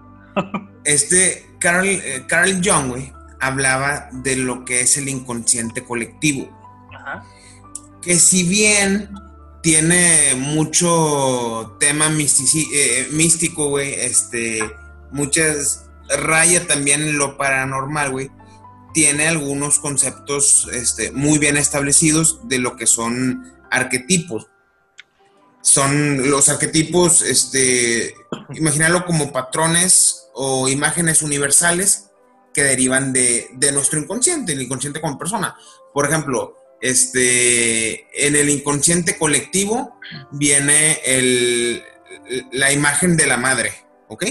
Carl Jung, güey, hablaba de lo que es el inconsciente colectivo. Ajá. Que si bien tiene mucho tema místico, güey, muchas raya también en lo paranormal, güey, tiene algunos conceptos muy bien establecidos de lo que son arquetipos. Son los arquetipos, imagínalo como patrones o imágenes universales que derivan de nuestro inconsciente, el inconsciente como persona. Por ejemplo, en el inconsciente colectivo viene la imagen de la madre, ¿ok?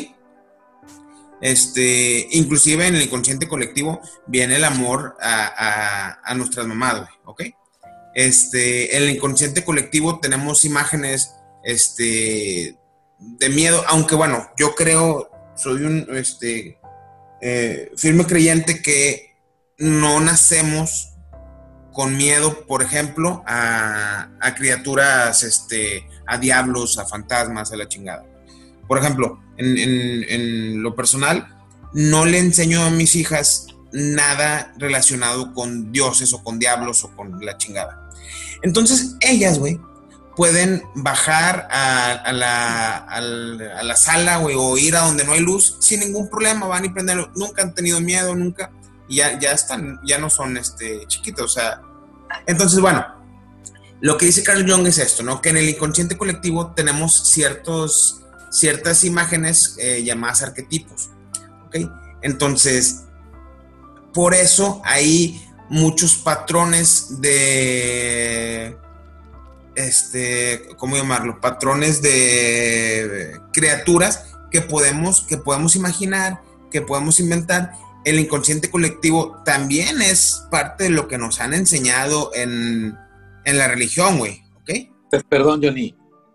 Inclusive en el inconsciente colectivo viene el amor a nuestras mamás, ¿ok? En el inconsciente colectivo tenemos imágenes de miedo, aunque bueno, yo creo, soy un firme creyente que no nacemos con miedo, por ejemplo, a criaturas, a diablos, a fantasmas, a la chingada. Por ejemplo, en lo personal, no le enseño a mis hijas nada relacionado con dioses o con diablos o con la chingada. Entonces, ellas, güey, pueden bajar a la sala, güey, o ir a donde no hay luz sin ningún problema, van y prenden, nunca han tenido miedo, nunca, y ya están, ya no son chiquitos, o sea. Entonces, bueno, lo que dice Carl Jung es esto, ¿no? Que en el inconsciente colectivo tenemos ciertas imágenes llamadas arquetipos, ¿ok? Entonces, por eso hay muchos patrones de, ¿cómo llamarlo? Patrones de criaturas que podemos imaginar, que podemos inventar. El inconsciente colectivo también es parte de lo que nos han enseñado en la religión, güey, ¿ok? Perdón, Johnny.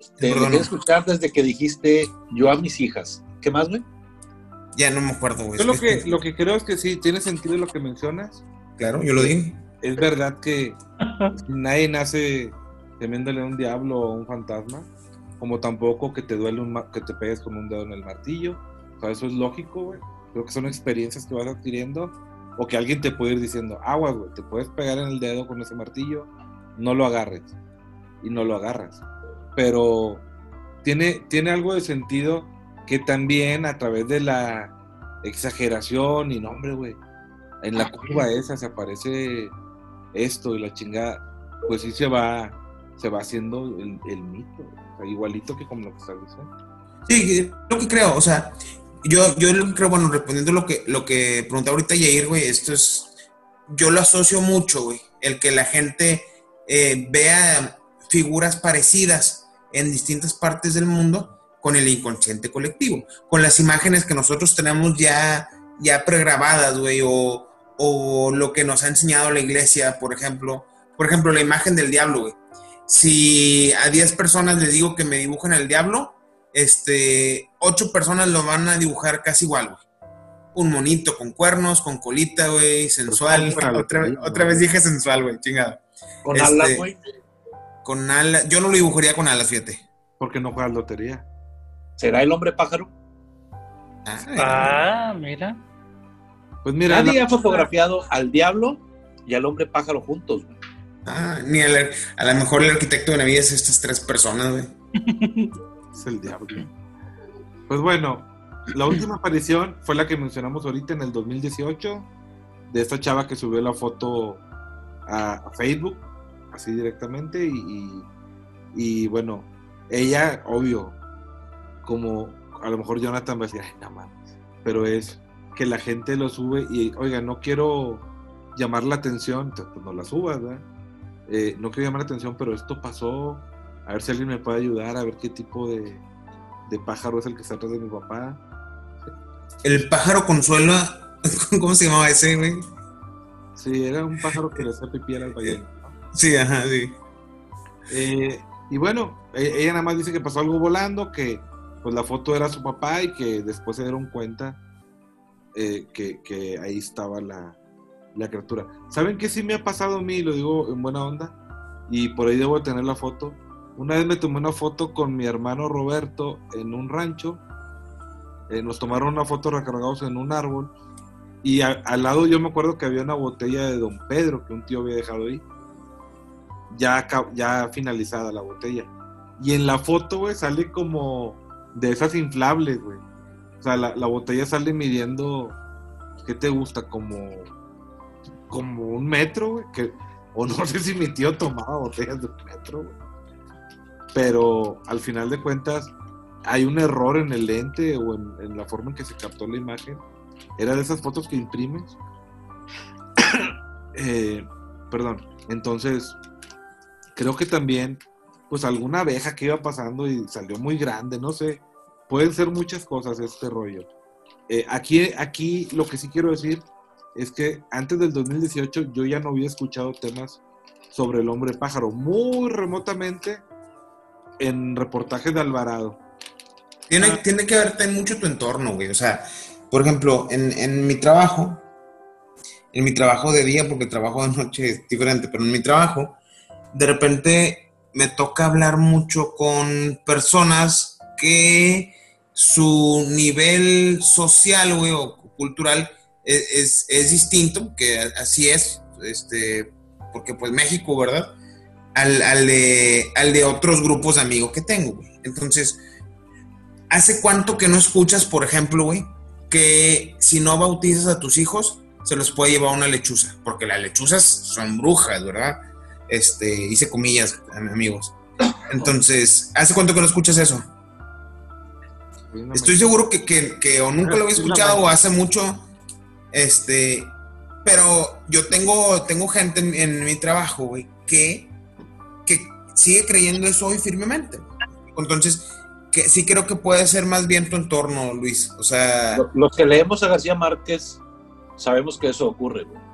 Te quiero escuchar desde que dijiste yo a mis hijas. ¿Qué más, güey? Ya no me acuerdo, güey. Yo lo que creo es que sí, tiene sentido lo que mencionas. Claro, yo lo dije. Es verdad que nadie nace temiéndole a un diablo o a un fantasma, como tampoco que te duele que te pegues con un dedo en el martillo. O sea, eso es lógico, güey. Creo que son experiencias que vas adquiriendo, o que alguien te puede ir diciendo, aguas, güey, te puedes pegar en el dedo con ese martillo, no lo agarres. Y no lo agarras. Pero tiene algo de sentido que también a través de la exageración y nombre, güey, en la curva esa se aparece esto y la chingada, pues sí se va haciendo el mito, o sea, igualito que como lo que estás diciendo. Sí, lo que creo, o sea, yo lo que creo, bueno, respondiendo lo que preguntaba ahorita Yair, güey, yo lo asocio mucho, güey, el que la gente vea figuras parecidas en distintas partes del mundo con el inconsciente colectivo, con las imágenes que nosotros tenemos ya pregrabadas, güey, o lo que nos ha enseñado la iglesia, por ejemplo, la imagen del diablo, güey. Si a 10 personas les digo que me dibujen al diablo, 8 personas lo van a dibujar casi igual, güey. Un monito con cuernos, con colita, güey, sensual. Otra vez dije sensual, güey, chingada. Con alas, güey. Con alas, yo no lo dibujaría con alas, fíjate. Porque no juegas lotería. ¿Será el hombre pájaro? Mira. Pues mira, nadie ha fotografiado al diablo y al hombre pájaro juntos, güey. Ni a lo mejor el arquitecto de Navidad es estas 3 personas, güey. Es el diablo. Pues bueno, la última aparición fue la que mencionamos ahorita en el 2018, de esta chava que subió la foto a Facebook, así directamente, y bueno, ella, obvio, como a lo mejor Jonathan va a decir, ay, no mames, pero es que la gente lo sube y, oiga, no quiero llamar la atención, pues no la subas, ¿verdad? No quiero llamar la atención, pero esto pasó, a ver si alguien me puede ayudar, a ver qué tipo de pájaro es el que está atrás de mi papá. El pájaro consuelo, ¿cómo se llamaba ese, güey? Sí, era un pájaro que le hacía pipí a las ballenas, ¿no? Sí, ajá, sí. Y bueno, ella nada más dice que pasó algo volando, que pues la foto era su papá y que después se dieron cuenta que ahí estaba la criatura. ¿Saben qué sí me ha pasado a mí? Lo digo en buena onda, y por ahí debo tener la foto. Una vez me tomé una foto con mi hermano Roberto en un rancho. Nos tomaron una foto recargados en un árbol, y al lado yo me acuerdo que había una botella de Don Pedro que un tío había dejado ahí, ya finalizada la botella, y en la foto, güey, sale como de esas inflables, güey. O sea, la botella sale midiendo, ¿qué te gusta? Como 1 metro, güey, o no sé si mi tío tomaba botellas de 1 metro, güey. Pero al final de cuentas hay un error en el lente o en la forma en que se captó la imagen. Era de esas fotos que imprimes. Perdón. Entonces, creo que también, pues alguna abeja que iba pasando y salió muy grande, no sé. Pueden ser muchas cosas este rollo. Aquí lo que sí quiero decir es que antes del 2018 yo ya no había escuchado temas sobre el hombre pájaro, muy remotamente en reportajes de Alvarado. Tiene que verte mucho tu entorno, güey. O sea, por ejemplo, en mi trabajo de día, porque el trabajo de noche es diferente, pero en mi trabajo, de repente me toca hablar mucho con personas que su nivel social, güey, o cultural es distinto, que así es, porque pues México, ¿verdad? Al de otros grupos de amigos que tengo, güey. Entonces, ¿hace cuánto que no escuchas, por ejemplo, güey, que si no bautizas a tus hijos, se los puede llevar una lechuza? Porque las lechuzas son brujas, ¿verdad? Hice comillas, amigos. Entonces, ¿hace cuánto que no escuchas eso? Estoy seguro que o nunca lo había escuchado o hace mucho, pero yo tengo gente en mi trabajo, güey, que sigue creyendo eso hoy firmemente. Entonces, que sí creo que puede ser más bien tu entorno, Luis. O sea, los que leemos a García Márquez sabemos que eso ocurre, güey.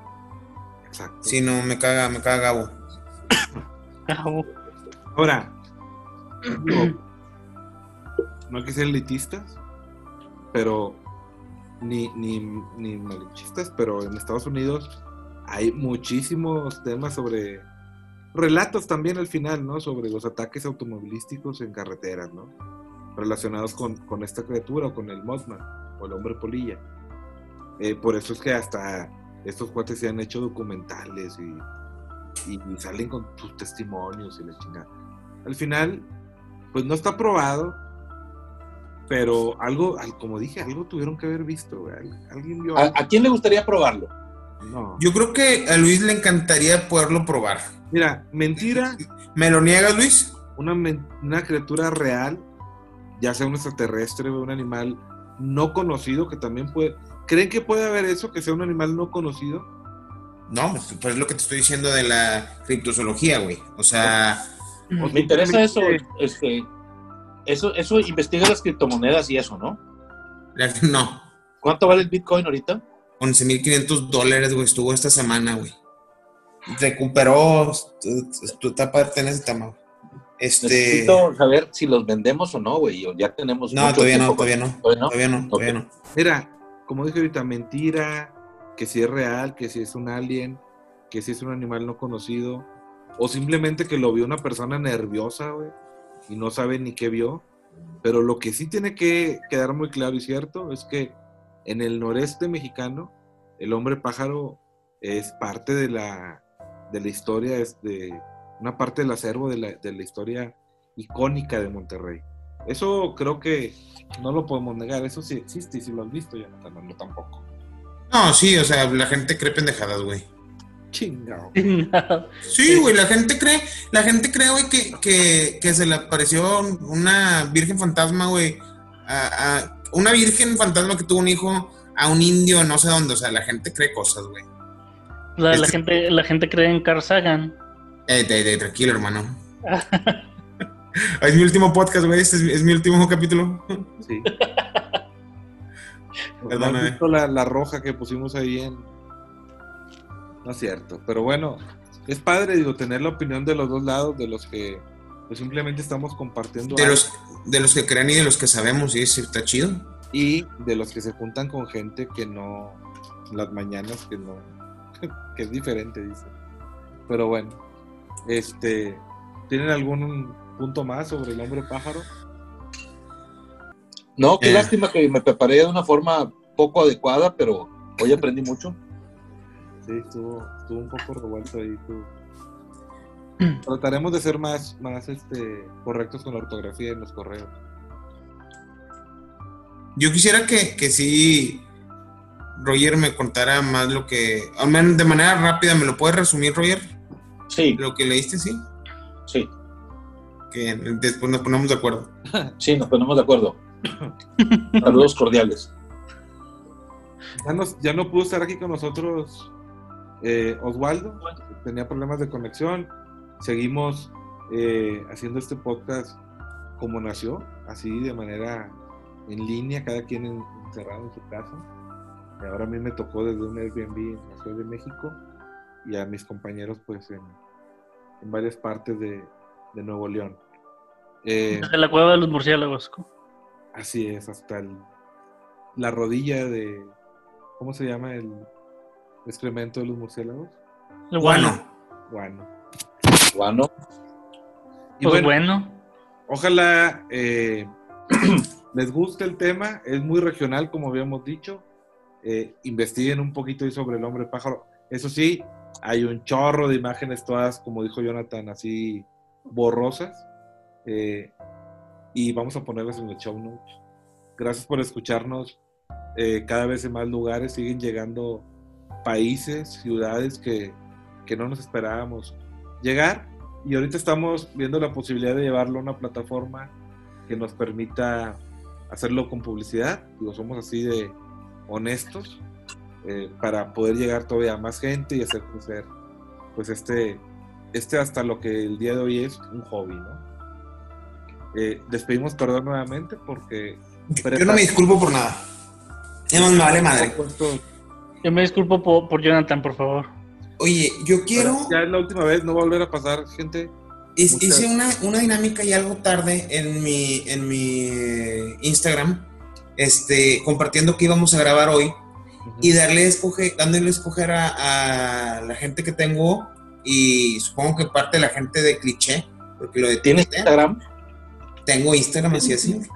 Exacto. Sí, no, me caga Gabo. Ahora, digo, no hay que ser elitistas, pero ni malinchistas, pero en Estados Unidos hay muchísimos temas sobre relatos también al final, ¿no? Sobre los ataques automovilísticos en carreteras, ¿no? Relacionados con esta criatura o con el Mothman o el hombre polilla. Por eso es que hasta estos cuates se han hecho documentales y salen con sus testimonios y la chingada. Al final, pues no está probado, pero algo, como dije, algo tuvieron que haber visto, güey. ¿Alguien vio? ¿A quién le gustaría probarlo? No. Yo creo que a Luis le encantaría poderlo probar. Mira, mentira. ¿Me lo niegas, Luis? Una criatura real, ya sea un extraterrestre o un animal no conocido, que también puede... ¿Creen que puede haber eso, que sea un animal no conocido? No, pues es lo que te estoy diciendo de la criptozoología, güey. O sea... Me interesa eso, eso investiga las criptomonedas y eso, ¿no? No. ¿Cuánto vale el Bitcoin ahorita? $11,500, güey, estuvo esta semana, güey. Recuperó, está para tener ese tema, güey. Necesito saber si los vendemos o no, güey, o ya tenemos No, mucho todavía tiempo. no. Mira, como dije ahorita, mentira, que si es real, que si es un alien, que si es un animal no conocido, o simplemente que lo vio una persona nerviosa, güey, y no sabe ni qué vio. Pero lo que sí tiene que quedar muy claro y cierto es que en el noreste mexicano, el hombre pájaro es parte de la historia, es de una parte del acervo de la historia icónica de Monterrey. Eso creo que no lo podemos negar, eso sí existe y si lo has visto, ya no tampoco. No, sí, o sea, la gente cree pendejadas, güey. Chingado. Sí, güey, la gente cree, güey, que se le apareció una virgen fantasma, güey, a una virgen fantasma que tuvo un hijo a un indio, no sé dónde, o sea, la gente cree cosas, güey. La gente cree en Carl Sagan. Tranquilo, hermano. Es mi último podcast, güey, este es mi último capítulo. Sí. ¿No has visto la roja que pusimos ahí en...? No es cierto, pero bueno, es padre, digo, tener la opinión de los dos lados, de los que pues simplemente estamos compartiendo de los que creen y de los que sabemos, sí, está chido. Y de los que se juntan con gente que no, las mañanas que no, que es diferente, dice. Pero bueno, ¿tienen algún punto más sobre el hombre pájaro? No, qué lástima que me preparé de una forma poco adecuada, pero hoy aprendí mucho. Sí, estuvo un poco revuelto ahí. Trataremos de ser más correctos con la ortografía en los correos. Yo quisiera que sí, Roger me contara más lo que, al menos de manera rápida, ¿me lo puedes resumir, Roger? Sí. Lo que leíste, sí. Sí. Que después nos ponemos de acuerdo. Sí, nos ponemos de acuerdo. Saludos cordiales. Ya no pudo estar aquí con nosotros Oswaldo, tenía problemas de conexión. Seguimos haciendo este podcast como nació, así de manera en línea, cada quien encerrado en su casa. Y ahora a mí me tocó desde un Airbnb en la Ciudad de México y a mis compañeros pues en varias partes de Nuevo León. Desde la cueva de los murciélagos. Así es, hasta la rodilla de... ¿Cómo se llama el excremento de los murciélagos? El guano. Y pues bueno. Ojalá les guste el tema. Es muy regional, como habíamos dicho. Investiguen un poquito ahí sobre el hombre pájaro. Eso sí, hay un chorro de imágenes todas, como dijo Jonathan, así borrosas. Y vamos a ponerlas en los show notes. Gracias por escucharnos. Cada vez en más lugares siguen llegando países, ciudades que no nos esperábamos llegar, y ahorita estamos viendo la posibilidad de llevarlo a una plataforma que nos permita hacerlo con publicidad. Digo, somos así de honestos, para poder llegar todavía a más gente y hacer crecer pues hasta lo que el día de hoy es un hobby, ¿no? Les pedimos perdón nuevamente porque yo no me disculpo por nada. Ya no me vale madre. Yo me disculpo por Jonathan, por favor. Oye, yo quiero... Ya es la última vez, no va a volver a pasar, gente. Hice una dinámica y algo tarde en mi Instagram, compartiendo que íbamos a grabar hoy y dándole a escoger a la gente que tengo y supongo que parte de la gente de Cliché, porque lo de ¿Tienes Instagram? Tengo Instagram, así.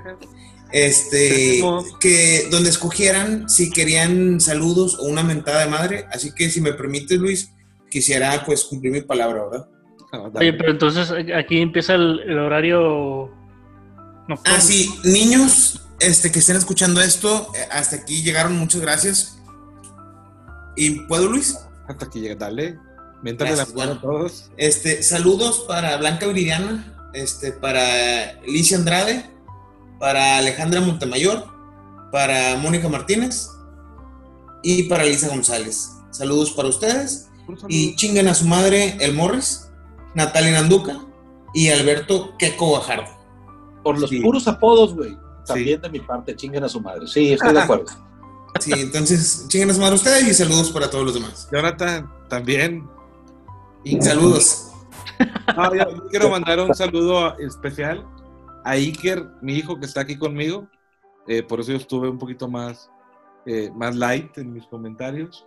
Que donde escogieran si querían saludos o una mentada de madre, así que si me permites, Luis, quisiera pues cumplir mi palabra, ¿verdad? Oye, pero entonces aquí empieza el horario nocturno. Sí, niños que estén escuchando esto, hasta aquí llegaron, muchas gracias. ¿Y puedo, Luis? Hasta aquí llega, dale. Mientras la a todos. Saludos para Blanca Viridiana, para Alicia Andrade, para Alejandra Montemayor, para Mónica Martínez y para Elisa González. Saludos para ustedes y chinguen a su madre el Morris, Natalia Nanduca y Alberto Queco Guajardo. Por los puros apodos, güey. También de mi parte, chinguen a su madre. Sí, estoy de acuerdo. Sí, entonces chinguen a su madre ustedes y saludos para todos los demás. Jonathan, también. Saludos. No, yo quiero mandar un saludo especial a Iker, mi hijo que está aquí conmigo. Por eso yo estuve un poquito más light en mis comentarios.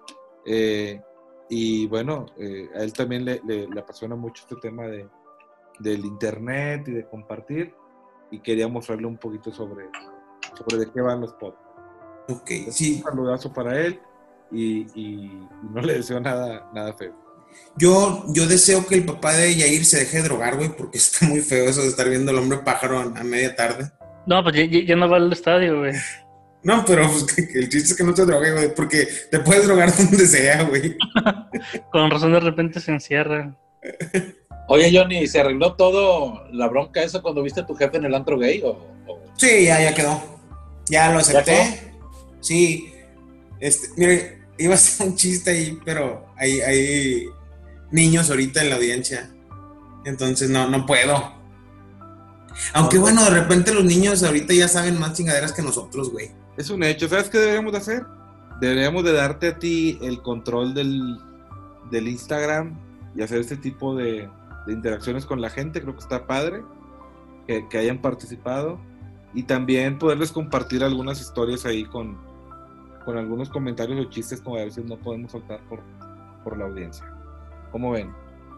Y bueno, a él también le apasiona mucho este tema del internet y de compartir. Y quería mostrarle un poquito sobre de qué van los podcasts. Ok, sí. Un saludazo para él y no le deseo nada feo. Yo deseo que el papá de Yair se deje de drogar, güey, porque está muy feo eso de estar viendo al hombre pájaro a media tarde. No, pues ya no va al estadio, güey. No, pero pues, que el chiste es que no te drogue, güey, porque te puedes drogar donde sea, güey. Con razón de repente se encierra. Oye, Johnny, ¿se arregló todo la bronca esa cuando viste a tu jefe en el antro gay? Sí, ya quedó. Ya lo acepté. Sí. Mire, iba a ser un chiste ahí, pero hay niños ahorita en la audiencia. Entonces no puedo. Aunque bueno, de repente los niños ahorita ya saben más chingaderas que nosotros, güey. Es un hecho. ¿Sabes qué deberíamos de hacer? Deberíamos de darte a ti el control del Instagram y hacer este tipo de interacciones con la gente. Creo que está padre que hayan participado y también poderles compartir algunas historias ahí con algunos comentarios o chistes como a veces no podemos soltar por la audiencia. ¿Cómo ven?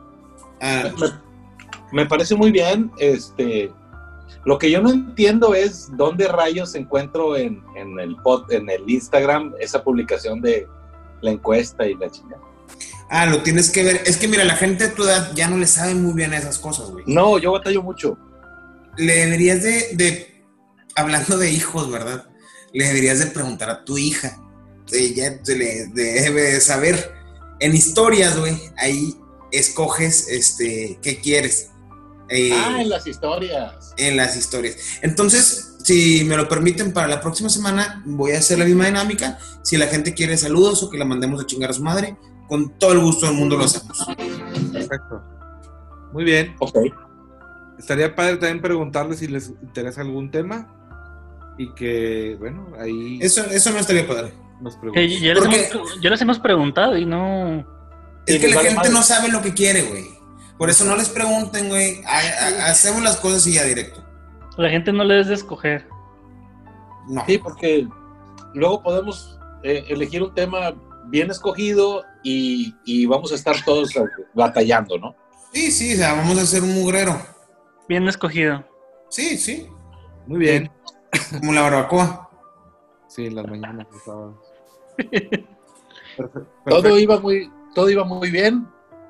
Me parece muy bien. Lo que yo no entiendo es dónde rayos encuentro en el Instagram esa publicación de la encuesta y la chingada. Lo tienes que ver. Es que mira, la gente de tu edad ya no le sabe muy bien esas cosas, güey. No, yo batallo mucho. Le deberías hablando de hijos, ¿verdad? Le deberías de preguntar a tu hija. Ella se le debe saber. En historias, güey, ahí escoges qué quieres. En las historias. En las historias. Entonces, si me lo permiten, para la próxima semana voy a hacer la misma dinámica. Si la gente quiere saludos o que la mandemos a chingar a su madre, con todo el gusto del mundo lo hacemos. Perfecto. Muy bien. Ok. Estaría padre también preguntarles si les interesa algún tema y que, bueno, ahí... Eso no estaría padre. Nos preguntan. Ya les hemos preguntado y no... Es que la gente no sabe lo que quiere, güey. Por eso no les pregunten, güey. Hacemos las cosas y ya directo. La gente no le des de escoger. No. Sí, porque luego podemos elegir un tema bien escogido y vamos a estar todos batallando, ¿no? Sí, o sea, vamos a hacer un mugrero. Bien escogido. Sí. Muy bien. Como la barbacoa. Sí, en las mañanas, los sábados. Perfecto. Todo iba muy bien.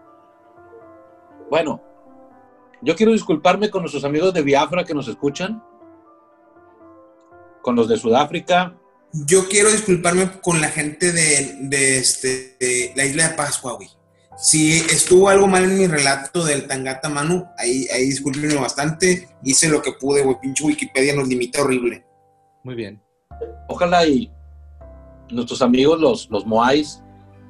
Bueno, yo quiero disculparme con nuestros amigos de Biafra que nos escuchan, con los de Sudáfrica. Yo quiero disculparme con la gente de la isla de Pascua, güey. Si estuvo algo mal en mi relato del Tangata Manu, ahí discúlpenme bastante. Hice lo que pude, güey. Pinche Wikipedia nos limita horrible. Muy bien. Ojalá y nuestros amigos, los moais,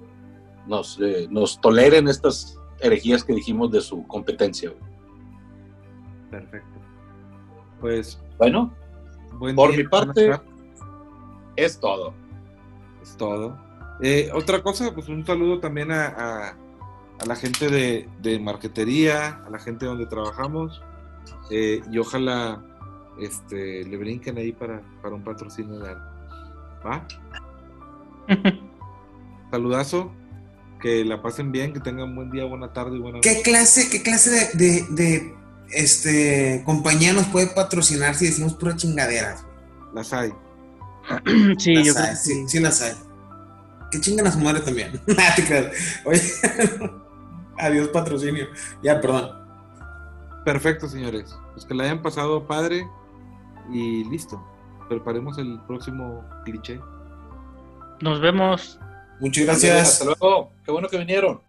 nos toleren estas herejías que dijimos de su competencia. Perfecto. Pues, bueno, por mi parte, es todo. Es todo. Otra cosa, pues un saludo también a a la gente de marquetería, a la gente donde trabajamos, y ojalá le brinquen ahí para un patrocinio de algo. ¿Va? Saludazo, que la pasen bien, que tengan buen día, buena tarde y buena noche. ¿Qué clase de compañía nos puede patrocinar si decimos pura chingaderas? Las hay. Sí, Las yo creo hay, que sí. sí las hay. Que chingan a su madre también. Nah, te creas. Oye, adiós patrocinio. Ya, perdón. Perfecto, señores. Pues que la hayan pasado padre y listo. Preparemos el próximo cliché. Nos vemos. Muchas gracias. Hasta luego. Qué bueno que vinieron.